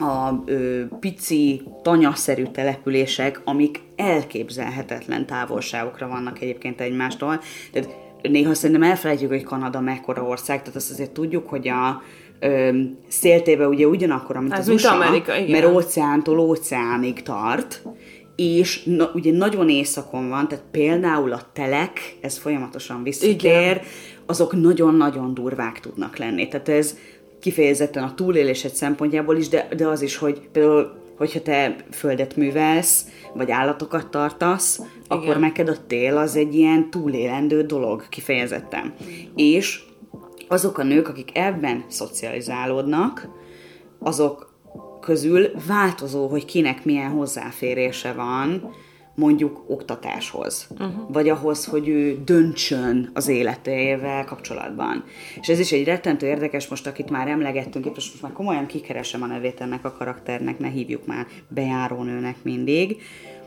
[SPEAKER 1] pici, tanyaszerű települések, amik elképzelhetetlen távolságokra vannak egyébként egymástól. Tehát néha szerintem elfelejtjük, hogy Kanada mekkora ország, tehát azt azért tudjuk, hogy a széltéve ugye ugyanakkor, mint az USA, Amerika, mert óceántól óceánig tart, és ugye nagyon északon van, tehát például a telek, ez folyamatosan visszatér, azok nagyon-nagyon durvák tudnak lenni. Tehát ez kifejezetten a túlélésed szempontjából is, de az is, hogy például, hogyha te földet művelsz, vagy állatokat tartasz, akkor neked a tél az egy ilyen túlélendő dolog kifejezetten. És azok a nők, akik ebben szocializálódnak, azok közül változó, hogy kinek milyen hozzáférése van, mondjuk oktatáshoz, vagy ahhoz, hogy ő döntsön az életével kapcsolatban. És ez is egy rettentő érdekes, most akit már emlegettünk, és most már komolyan kikeresem a nevét ennek a karakternek, ne hívjuk már bejárónőnek mindig.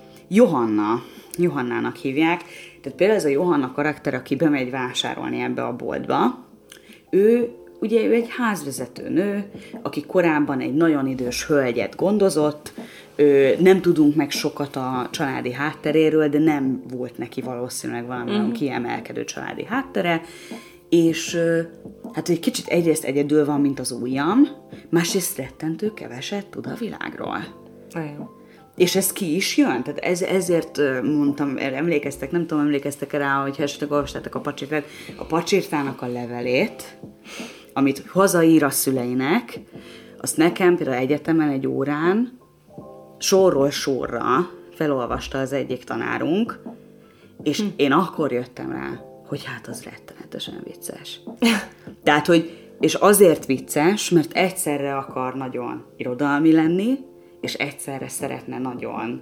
[SPEAKER 1] Johannának hívják. Tehát például ez a Johanna karakter, aki bemegy vásárolni ebbe a boltba, ő egy házvezető nő, aki korábban egy nagyon idős hölgyet gondozott, nem tudunk meg sokat a családi hátteréről, de nem volt neki valószínűleg valami kiemelkedő családi háttere, és hát egy kicsit egyrészt egyedül van, mint az ujjam, másrészt rettentő keveset tud a világról. És ez ki is jön, tehát ezért mondtam, emlékeztek, nem tudom, emlékeztek rá, hogy esetleg olvastátok a Pacsirtát, a Pacsirtának a levelét, amit hazaír a szüleinek, azt nekem például egyetemen egy órán sorról sorra felolvasta az egyik tanárunk, és én akkor jöttem rá, hogy hát az rettenetesen vicces. Tehát, hogy, és azért vicces, mert egyszerre akar nagyon irodalmi lenni, és egyszerre szeretne nagyon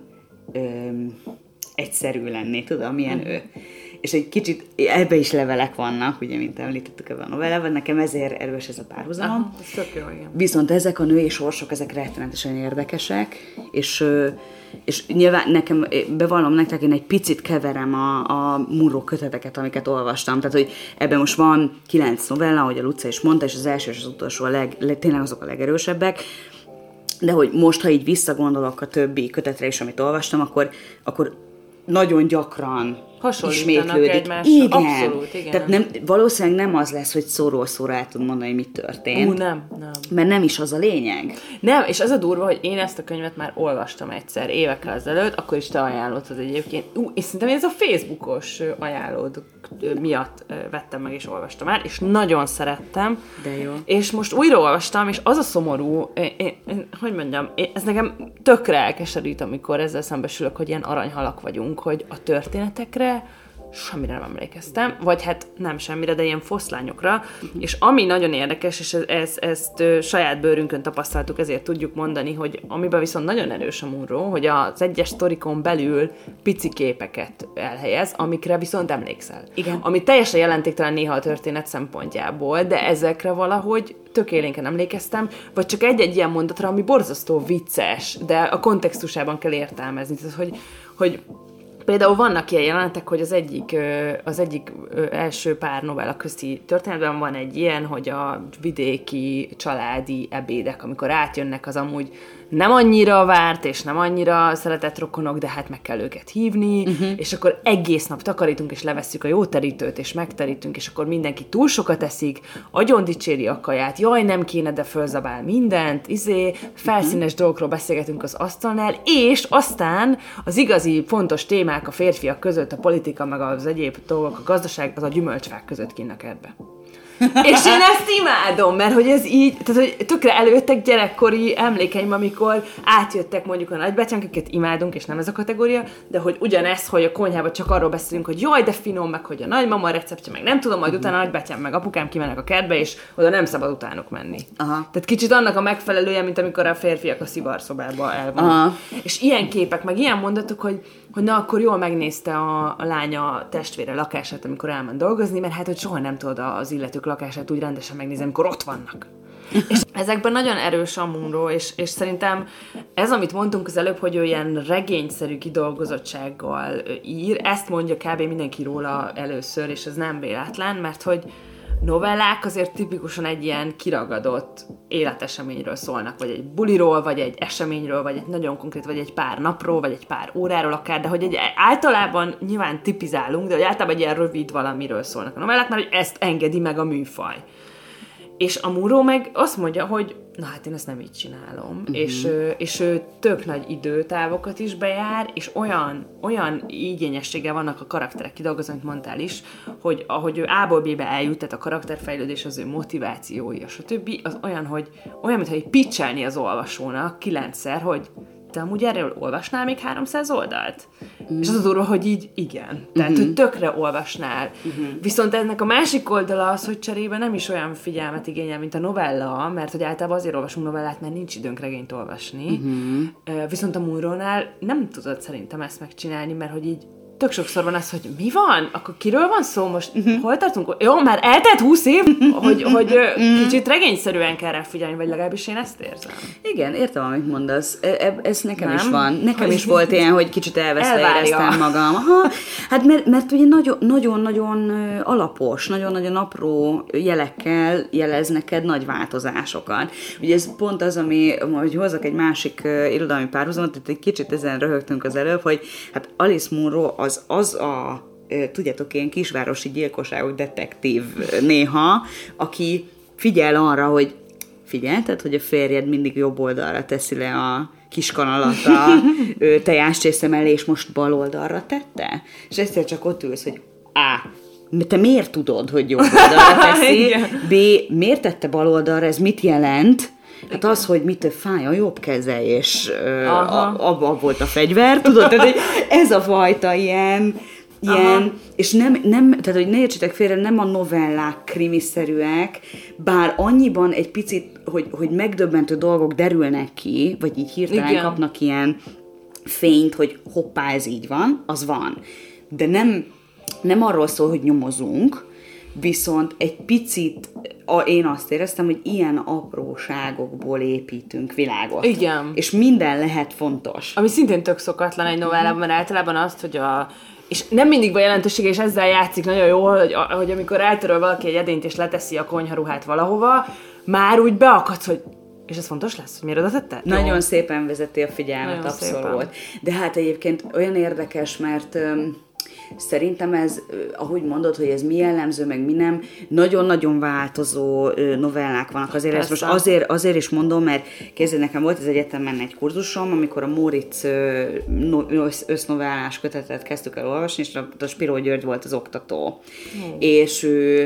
[SPEAKER 1] egyszerű lenni, tudom, milyen ő. És egy kicsit ebbe is levelek vannak, ugye, mint említettük ebben a novellában, nekem ezért erős ez a párhuzam.
[SPEAKER 2] Ez tök jó, igen.
[SPEAKER 1] Viszont ezek a női sorsok, ezek rettenetesen érdekesek, és nyilván nekem, bevallom nektek, én egy picit keverem a Munro köteteket, amiket olvastam. Tehát, hogy ebben most van 9 novella, ahogy a Luca is mondta, és az első és az utolsó tényleg azok a legerősebbek. De hogy most, ha így visszagondolok a többi kötetre is, amit olvastam, akkor nagyon gyakran ismétlődik.
[SPEAKER 2] Egymásra.
[SPEAKER 1] Igen.
[SPEAKER 2] Abszolút, igen.
[SPEAKER 1] Tehát valószínűleg nem az lesz, hogy szóról szóra el tud mondani, mi történt.
[SPEAKER 2] Nem.
[SPEAKER 1] Mert nem is az a lényeg.
[SPEAKER 2] Nem, és az a durva, hogy én ezt a könyvet már olvastam egyszer, évekkel ezelőtt, akkor is te ajánlottad egyébként. És szerintem ez a Facebookos ajánlód miatt vettem meg és olvastam el, és nagyon szerettem.
[SPEAKER 1] De jó.
[SPEAKER 2] És most újra olvastam, és az a szomorú, hogy mondjam, ez nekem tökre elkeserít, amikor ezzel szembesülök, hogy ilyen aranyhalak vagyunk, hogy a történetekre semmire nem emlékeztem, vagy hát nem semmire, de ilyen foszlányokra, és ami nagyon érdekes, és ezt saját bőrünkön tapasztaltuk, ezért tudjuk mondani, hogy amiben viszont nagyon erős a Munro, hogy az egyes sztorikon belül pici képeket elhelyez, amikre viszont emlékszel.
[SPEAKER 1] Igen.
[SPEAKER 2] Ami teljesen jelentéktelen néha a történet szempontjából, de ezekre valahogy tök élénken emlékeztem, vagy csak egy-egy ilyen mondatra, ami borzasztó vicces, de a kontextusában kell értelmezni. Tehát, hogy például vannak ilyen jelenetek, hogy az egyik első pár novella közti történetben van egy ilyen, hogy a vidéki családi ebédek, amikor átjönnek az amúgy nem annyira várt, és nem annyira szeretett rokonok, de hát meg kell őket hívni, és akkor egész nap takarítunk, és levesszük a jó terítőt, és megterítünk, és akkor mindenki túl sokat eszik, agyon dicséri a kaját, jaj, nem kéne, de fölzabál mindent, felszínes dolgokról beszélgetünk az asztalnál, és aztán az igazi fontos témák a férfiak között, a politika, meg az egyéb dolgok, a gazdaság, az a gyümölcsfák között kinn a kertbe. És én ezt imádom, mert hogy ez így, tehát hogy tökre előttek gyerekkori emlékeim, amikor átjöttek mondjuk a nagybátyánk, akiket imádunk, és nem ez a kategória, de hogy ugyanez, hogy a konyhában csak arról beszélünk, hogy jaj, de finom, meg hogy a nagymama receptje, meg nem tudom, majd utána a nagybátyám, meg apukám kimennek a kertbe, és oda nem szabad utánuk menni. Aha. Tehát kicsit annak a megfelelője, mint amikor a férfiak a szivarszobába elvannak. És ilyen képek, meg ilyen mondatok, hogy na akkor jól megnézte a lánya testvére lakását, amikor elment dolgozni, mert hát, hogy soha nem tudod az illetők lakását úgy rendesen megnézni, amikor ott vannak. És ezekben nagyon erős a Munro, és szerintem ez, amit mondtunk az előbb, hogy ő ilyen regényszerű kidolgozottsággal ír, ezt mondja kb. Mindenki róla először, és ez nem véletlen, mert hogy novellák azért tipikusan egy ilyen kiragadott életeseményről szólnak, vagy egy buliról, vagy egy eseményről, vagy egy nagyon konkrét, vagy egy pár napról, vagy egy pár óráról akár, de hogy általában nyilván tipizálunk, de hogy általában egy ilyen rövid valamiről szólnak a novellák, mert hogy ezt engedi meg a műfaj. És a Munro meg azt mondja, hogy na hát én ezt nem így csinálom, és ő tök nagy időtávokat is bejár, és olyan igényességgel vannak a karakterek kidolgozva, amit mondtál is, hogy ahogy ő A-ból B-be eljut, tehát a karakterfejlődés, az ő motivációja, stb. Az olyan, mintha így pitchelni az olvasónak 9-szer, hogy te amúgy erről olvasnál még 300 oldalt? És az a durva, hogy így igen. Tehát, hogy tökre olvasnál. Viszont ennek a másik oldala az, hogy cserébe nem is olyan figyelmet igényel, mint a novella, mert hogy általában azért olvasunk novellát, mert nincs időnk regényt olvasni. Viszont a Munronál nem tudod szerintem ezt megcsinálni, mert hogy így tök sokszor van az, hogy mi van? Akkor kiről van szó most? Hol tartunk? Jó, már eltelt 20 év, hogy kicsit regényszerűen kell rá figyelni, vagy legalábbis én ezt érzem.
[SPEAKER 1] Igen, értem, amit mondasz. Ez nekem nem? Is van. Nekem is volt ilyen, hogy kicsit elveszve éreztem magam. Aha, hát mert ugye nagyon-nagyon alapos, nagyon-nagyon apró jelekkel jelez neked nagy változásokat. Ugye ez pont az, hogy hozzak egy másik irodalmi párhuzamot, tehát egy kicsit ezen röhögtünk az előbb, hogy hát Alice Munro az a, tudjátok, ilyen kisvárosi gyilkosságok detektív néha, aki figyel arra, hogy figyelted, hogy a férjed mindig jobb oldalra teszi le a kiskanalat a tejáscsésze mellé, és most bal oldalra tette? És egyszer csak ott ülsz, hogy te miért tudod, hogy jobb oldalra teszi? B, miért tette bal oldalra, ez mit jelent? Hát az, hogy mit fáj a jobb keze, és abban volt a fegyver, tudod? Tehát ez a fajta ilyen és nem, tehát hogy ne értsétek félre, nem a novellák krimiszerűek, bár annyiban egy picit, hogy megdöbbentő dolgok derülnek ki, vagy így hirtelen kapnak ilyen fényt, hogy hoppá, ez így van, az van. De nem arról szól, hogy nyomozunk, viszont egy picit én azt éreztem, hogy ilyen apróságokból építünk világot.
[SPEAKER 2] Igen.
[SPEAKER 1] És minden lehet fontos.
[SPEAKER 2] Ami szintén tök szokatlan egy novellában, mert általában azt, hogy és nem mindig van jelentősége, és ezzel játszik nagyon jól, hogy amikor eltöröl valaki egy edényt, és leteszi a konyharuhát valahova, már úgy beakadsz, hogy és ez fontos lesz, hogy miért oda tetted?
[SPEAKER 1] Nagyon szépen vezeti a figyelmet, nagyon abszolút. Szépen. De hát egyébként olyan érdekes, mert szerintem ez, ahogy mondod, hogy ez mi jellemző, meg mi nem, nagyon-nagyon változó novellák vannak. Azért ezt most azért is mondom, mert képzeld, nekem volt az egyetemen egy kurzusom, amikor a Móricz össznovellás kötetet kezdtük el olvasni, és a Spiró György volt az oktató. És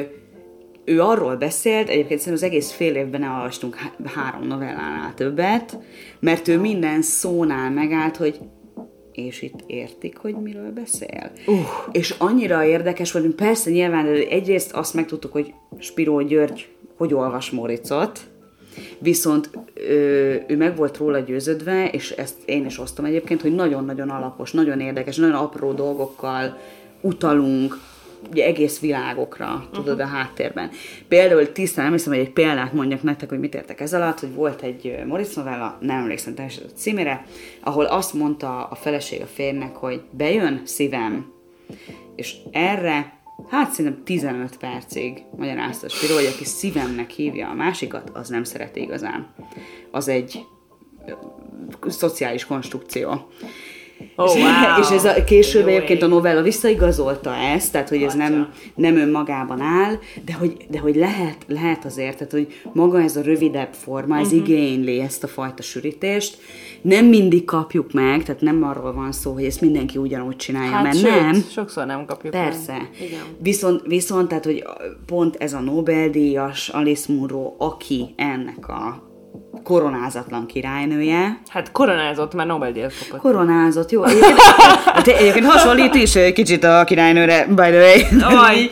[SPEAKER 1] ő arról beszélt, egyébként szerintem az egész fél évben elolvastunk 3 novellánál többet, mert ő minden szónál megállt, hogy és itt értik, hogy miről beszél. És annyira érdekes volt, hogy persze nyilván egyrészt azt megtudtuk, hogy Spiró György hogy olvas Moritzot, viszont ő meg volt róla győződve, és ezt én is osztom egyébként, hogy nagyon-nagyon alapos, nagyon érdekes, nagyon apró dolgokkal utalunk ugye egész világokra, tudod, a háttérben. Például tisztán nem hiszem, hogy egy példát mondjak nektek, hogy mit értek ez alatt, hogy volt egy Moritz novella, nem emlékszem teljesen a címére, ahol azt mondta a feleség a férjnek, hogy bejön szívem, és erre hát szerintem 15 percig magyarázta Spiró, hogy aki szívemnek hívja a másikat, az nem szereti igazán. Az egy szociális konstrukció.
[SPEAKER 2] Oh, wow.
[SPEAKER 1] És ez később egyébként a novella visszaigazolta ezt, tehát hogy ez nem önmagában áll, de hogy lehet azért, tehát hogy maga ez a rövidebb forma, ez igényli ezt a fajta sűrítést. Nem mindig kapjuk meg, tehát nem arról van szó, hogy ezt mindenki ugyanúgy csinálja, mert
[SPEAKER 2] sőt,
[SPEAKER 1] nem.
[SPEAKER 2] Sokszor nem kapjuk
[SPEAKER 1] Persze.
[SPEAKER 2] meg. Igen.
[SPEAKER 1] Viszont, tehát hogy pont ez a Nobel-díjas Alice Munro, aki ennek a koronázatlan királynője.
[SPEAKER 2] Hát koronázott, már Nobel-díjat kapott.
[SPEAKER 1] Koronázott, jó. Egyébként hasonlít is kicsit a királynőre, by the way.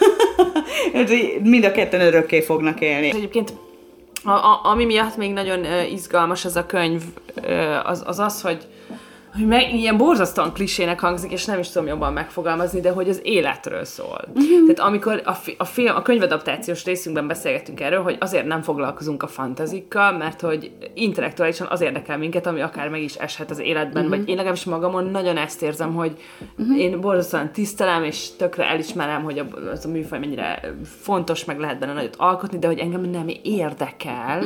[SPEAKER 1] Mind a ketten örökké fognak élni.
[SPEAKER 2] Egyébként ami miatt még nagyon izgalmas ez a könyv, az, hogy ilyen borzasztóan klisének hangzik, és nem is tudom jobban megfogalmazni, de hogy az életről szól. Tehát amikor a könyvadaptációs részünkben beszélgettünk erről, hogy azért nem foglalkozunk a fantazikkal, mert hogy intellektuálisan az érdekel minket, ami akár meg is eshet az életben, vagy én legalábbis magamon nagyon ezt érzem, hogy én borzasztóan tisztelem, és tökre elismerem, hogy az a műfaj mennyire fontos, meg lehet benne nagyot alkotni, de hogy engem nem érdekel,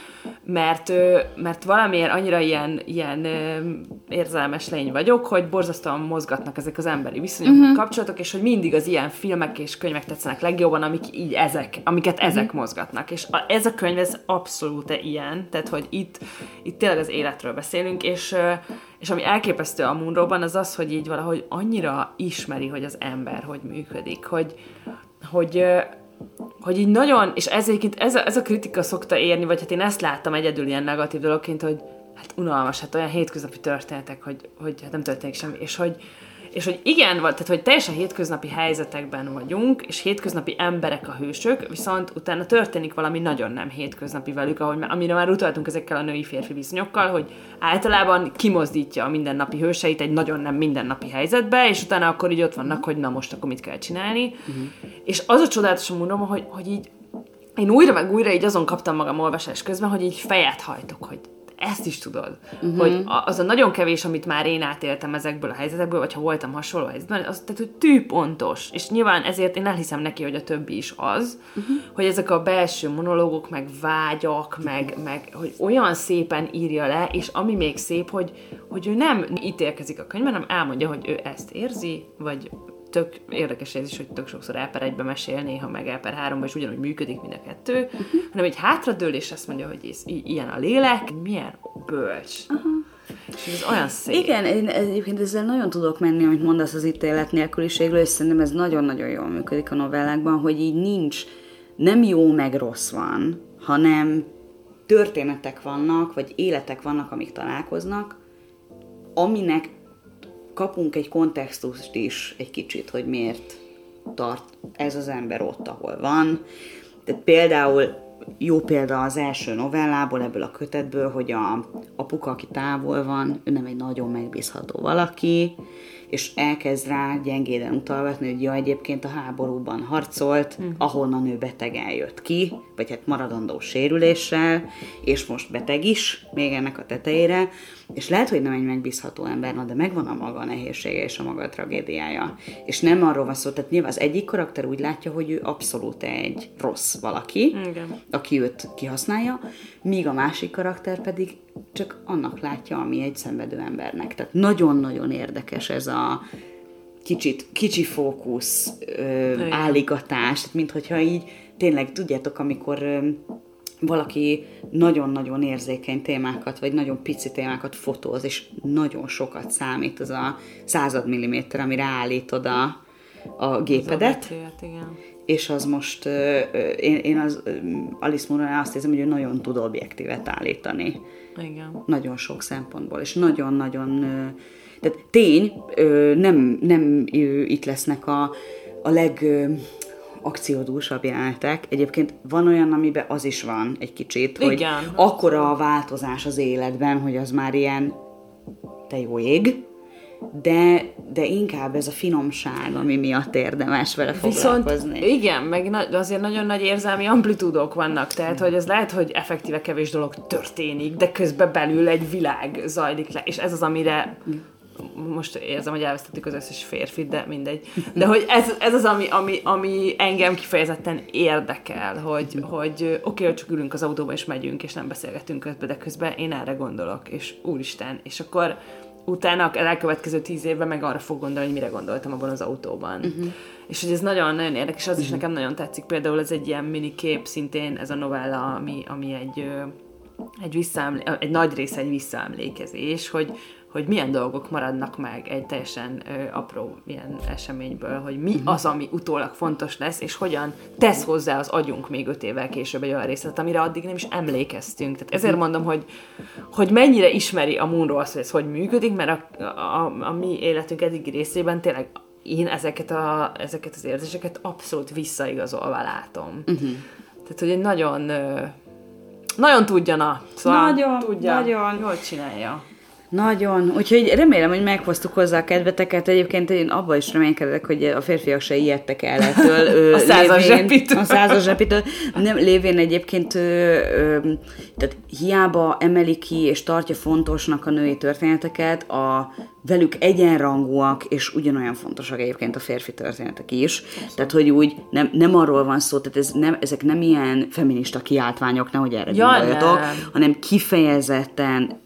[SPEAKER 2] mert valamiért annyira ilyen érzelmes lény vagyok, hogy borzasztóan mozgatnak ezek az emberi viszonyok, kapcsolatok, és hogy mindig az ilyen filmek és könyvek tetszenek legjobban, amiket ezek mozgatnak. És ez a könyv, ez abszolút ilyen, tehát hogy itt tényleg az életről beszélünk, és ami elképesztő a Munroban, az az, hogy így valahogy annyira ismeri, hogy az ember hogy működik, hogy így nagyon, és ez a kritika szokta érni, vagy hát én ezt láttam egyedül ilyen negatív dologként, hogy hát unalmas, hát olyan hétköznapi történetek, hogy hát nem történik semmi, és hogy igen, tehát hogy teljesen hétköznapi helyzetekben vagyunk, és hétköznapi emberek a hősök, viszont utána történik valami nagyon nem hétköznapi velük, amire már utaltunk ezekkel a női-férfi viszonyokkal, hogy általában kimozdítja a mindennapi hőseit egy nagyon nem mindennapi helyzetbe, és utána akkor így ott vannak, hogy na most akkor mit kell csinálni. És az a csodálatos a Munroban, hogy így én újra meg újra így azon kaptam magam olvasás közben, hogy így fejet hajtok, hogy ezt is tudod, hogy az a nagyon kevés, amit már én átéltem ezekből a helyzetekből, vagy ha voltam hasonló helyzetben, az tehát, hogy tűpontos. És nyilván ezért én elhiszem neki, hogy a többi is az, hogy ezek a belső monológok, meg vágyak, meg hogy olyan szépen írja le, és ami még szép, hogy ő nem ítélkezik a könyvben, hanem elmondja, hogy ő ezt érzi, vagy tök érdekes ez is, hogy tök sokszor El per 1-be mesél, néha meg El per 3-ba, és ugyanúgy működik mind a kettő, hanem egy hátradől, és azt mondja, hogy ez ilyen a lélek, milyen bölcs. És ez olyan szép.
[SPEAKER 1] Igen, én egyébként ezzel nagyon tudok menni, amit mondasz az ítélet nélküliségről, és szerintem ez nagyon-nagyon jól működik a novellákban, hogy így nem jó meg rossz van, hanem történetek vannak, vagy életek vannak, amik találkoznak, aminek kapunk egy kontextust is egy kicsit, hogy miért tart ez az ember ott, ahol van. Tehát például, jó példa az első novellából, ebből a kötetből, hogy a apuka, aki távol van, ő nem egy nagyon megbízható valaki, és elkezd rá gyengéden utalgatni, hogy egyébként a háborúban harcolt, ahonnan ő betegen jött ki, vagy hát maradandó sérüléssel, és most beteg is, még ennek a tetejére, és lehet, hogy nem egy megbízható ember, de megvan a maga nehézsége és a maga tragédiája. És nem arról van szó, tehát nyilván az egyik karakter úgy látja, hogy ő abszolút egy rossz valaki, aki őt kihasználja, míg a másik karakter pedig csak annak látja, ami egy szenvedő embernek. Tehát nagyon-nagyon érdekes ez a kicsi fókusz, álligatás, tehát minthogyha így tényleg, tudjátok, amikor valaki nagyon-nagyon érzékeny témákat, vagy nagyon pici témákat fotóz, és nagyon sokat számít az a 100 milliméter, amire állítod a gépedet.
[SPEAKER 2] Igen.
[SPEAKER 1] És az most, én az Alice Munro azt hiszem, hogy ő nagyon tud objektívet állítani.
[SPEAKER 2] Igen.
[SPEAKER 1] Nagyon sok szempontból, és nagyon-nagyon, Tehát tény, nem itt lesznek a akciódúsabb jelenetek. Egyébként van olyan, amiben az is van egy kicsit, hogy akkora a változás az életben, hogy az már ilyen te jó ég, de inkább ez a finomság, ami miatt érdemes vele foglalkozni.
[SPEAKER 2] Viszont igen, meg azért nagyon nagy érzelmi amplitúdok vannak, tehát hogy ez lehet, hogy effektíve kevés dolog történik, de közben belül egy világ zajlik le, és ez az, amire most érzem, hogy elvesztettük az összes férfit, de mindegy. De hogy ez az, ami engem kifejezetten érdekel, hogy oké, hogy csak ülünk az autóba, és megyünk, és nem beszélgetünk közben, de közben én erre gondolok, és úristen, és akkor utána a elkövetkező 10 évben meg arra fog gondolni, hogy mire gondoltam abban az autóban. És hogy ez nagyon-nagyon érdekes, az is nekem nagyon tetszik. Például ez egy ilyen mini kép, szintén ez a novella, ami egy nagy része egy visszaemlékezés, hogy milyen dolgok maradnak meg egy teljesen apró ilyen eseményből, hogy mi az, ami utólag fontos lesz, és hogyan tesz hozzá az agyunk még 5 évvel később egy olyan részlet, amire addig nem is emlékeztünk. Tehát ezért mondom, hogy mennyire ismeri a Munro azt, hogy ez hogy működik, mert a mi életünk eddigi részében tényleg én ezeket az érzéseket abszolút visszaigazolva látom. Tehát, hogy egy nagyon tudja, szóval nagyon jól csinálja.
[SPEAKER 1] Nagyon. Úgyhogy remélem, hogy meghoztuk hozzá a kedveteket. Egyébként én abban is reménykedek, hogy a férfiak se ijedtek el ettől.
[SPEAKER 2] A 100-as zsepitől.
[SPEAKER 1] A 100-as zsepitől. Nem lévén egyébként, tehát hiába emeli ki és tartja fontosnak a női történeteket, velük egyenrangúak, és ugyanolyan fontosak egyébként a férfi történetek is. Abszolút. Tehát, hogy úgy nem arról van szó, tehát ezek nem ilyen feminista kiáltványok, nehogy erre gondoljatok, hanem kifejezetten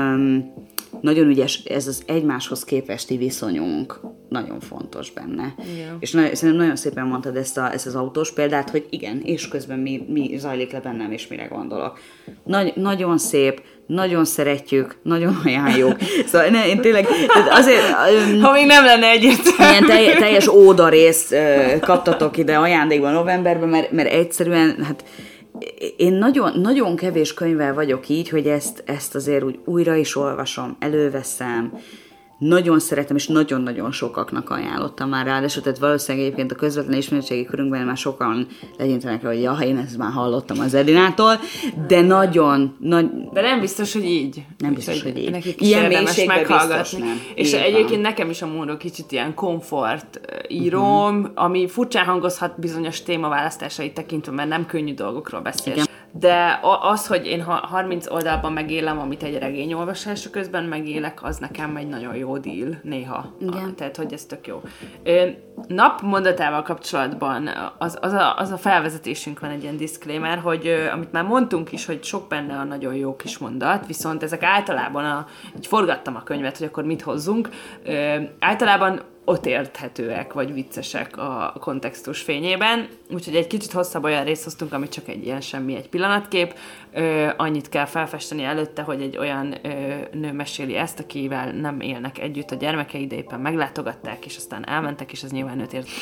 [SPEAKER 1] nagyon ügyes, ez az egymáshoz képesti viszonyunk nagyon fontos benne. Yeah. És szerintem nagyon szépen mondtad ezt az autós példát, hogy igen, és közben mi zajlik le bennem, és mire gondolok. Nagyon szép, nagyon szeretjük, nagyon ajánljuk. Szóval én tényleg, azért...
[SPEAKER 2] ha még nem lenne egyértelmű.
[SPEAKER 1] Ilyen teljes óda részt kaptatok ide ajándékban novemberben, mert egyszerűen, hát én nagyon, nagyon kevés könyvvel vagyok így, hogy ezt azért úgy újra is olvasom, előveszem, nagyon szeretem, és nagyon-nagyon sokaknak ajánlottam már rá, tehát valószínűleg egyébként a közvetlen ismeretségi körünkben már sokan legyintenek rá, hogy én ezt már hallottam az Edinától, de de nem biztos, hogy így.
[SPEAKER 2] Nem biztos, hogy így. Nekik is ilyen érdemes meghallgatni. És egyébként nekem is a Munro kicsit ilyen komfort íróm, ami furcsán hangozhat bizonyos témaválasztásait tekintve, mert nem könnyű dolgokról beszél. Igen. De az, hogy én 30 oldalban megélem, amit egy regény olvasása közben megélek, az nekem egy nagyon jó deal néha. Tehát, hogy ez tök jó. Napmondatával kapcsolatban az a felvezetésünk van, egy ilyen disclaimer, hogy amit már mondtunk is, hogy sok benne a nagyon jó kis mondat, viszont ezek általában, így forgattam a könyvet, hogy akkor mit hozzunk, általában ott érthetőek, vagy viccesek a kontextus fényében, úgyhogy egy kicsit hosszabb olyan részt hoztunk, ami csak egy ilyen egy pillanatkép. Annyit kell felfesteni előtte, hogy egy olyan nő meséli ezt, akivel nem élnek együtt a gyermekei, de éppen meglátogatták, és aztán elmentek, és ez nyilván őt ért.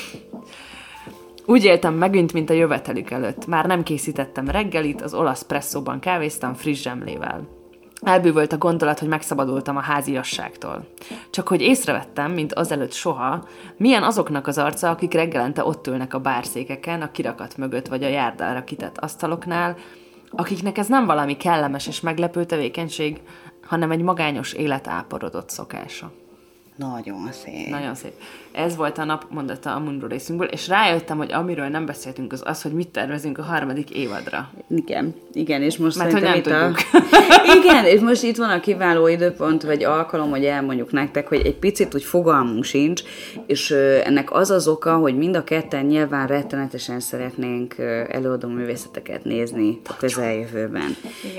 [SPEAKER 2] Úgy éltem megint, mint a jövetelük előtt. Már nem készítettem reggelit, az olasz presszóban kávéztam friss zsemlével. Elbűvölt a gondolat, hogy megszabadultam a háziasságtól. Csak hogy észrevettem, mint azelőtt soha, milyen azoknak az arca, akik reggelente ott ülnek a bárszékeken, a kirakat mögött vagy a járdára kitett asztaloknál, akiknek ez nem valami kellemes és meglepő tevékenység, hanem egy magányos élet áporodott szokása.
[SPEAKER 1] Nagyon szép.
[SPEAKER 2] Nagyon szép. Ez volt a napmondata a Munro részünkből, és rájöttem, hogy amiről nem beszéltünk, az, hogy mit tervezünk a 3. évadra.
[SPEAKER 1] Igen, és most
[SPEAKER 2] mert hogy nem tudjuk.
[SPEAKER 1] Igen, és most itt van a kiváló időpont, vagy alkalom, hogy elmondjuk nektek, hogy egy picit úgy fogalmunk sincs, és ennek az oka, hogy mind a ketten nyilván rettenetesen szeretnénk előadó művészeteket nézni a közeljövőben.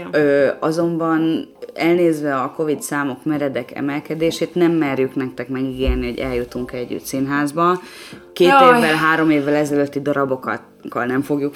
[SPEAKER 1] Azonban elnézve a Covid számok meredek emelkedését, nem merjük nektek megígérni, hogy eljutunk együtt színházba. 2 évvel, 3 évvel ezelőtti darabokkal nem fogjuk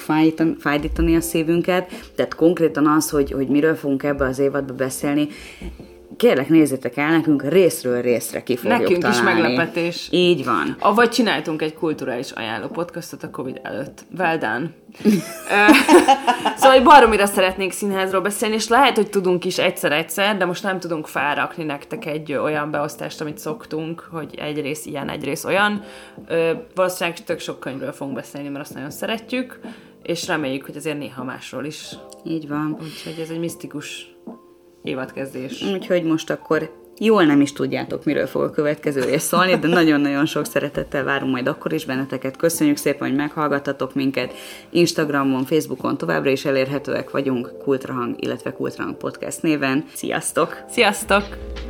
[SPEAKER 1] fájdítani a szívünket, tehát konkrétan az, hogy miről fogunk ebbe az évadba beszélni, kérlek nézzétek el, nekünk részről részre ki fogjuk
[SPEAKER 2] nekünk
[SPEAKER 1] találni.
[SPEAKER 2] Nekünk is meglepetés.
[SPEAKER 1] Így van.
[SPEAKER 2] Vagy csináltunk egy kulturális ajánló podcastot a Covid előtt. Well done. Szóval, hogy baromira szeretnénk színházról beszélni, és lehet, hogy tudunk is egyszer-egyszer, de most nem tudunk felrakni nektek egy olyan beosztást, amit szoktunk, hogy egy rész ilyen, egy rész olyan. Valószínűleg tök sok könyvről fogunk beszélni, mert azt nagyon szeretjük, és reméljük, hogy azért néha másról is.
[SPEAKER 1] Így van.
[SPEAKER 2] Úgyhogy ez egy misztikus évadkezdés.
[SPEAKER 1] Úgyhogy most akkor jól nem is tudjátok, miről fog a következő rész szólni, de nagyon-nagyon sok szeretettel várunk majd akkor is benneteket. Köszönjük szépen, hogy meghallgattatok minket. Instagramon, Facebookon továbbra is elérhetőek vagyunk, Kultrahang, illetve Kultrahang Podcast néven. Sziasztok!
[SPEAKER 2] Sziasztok!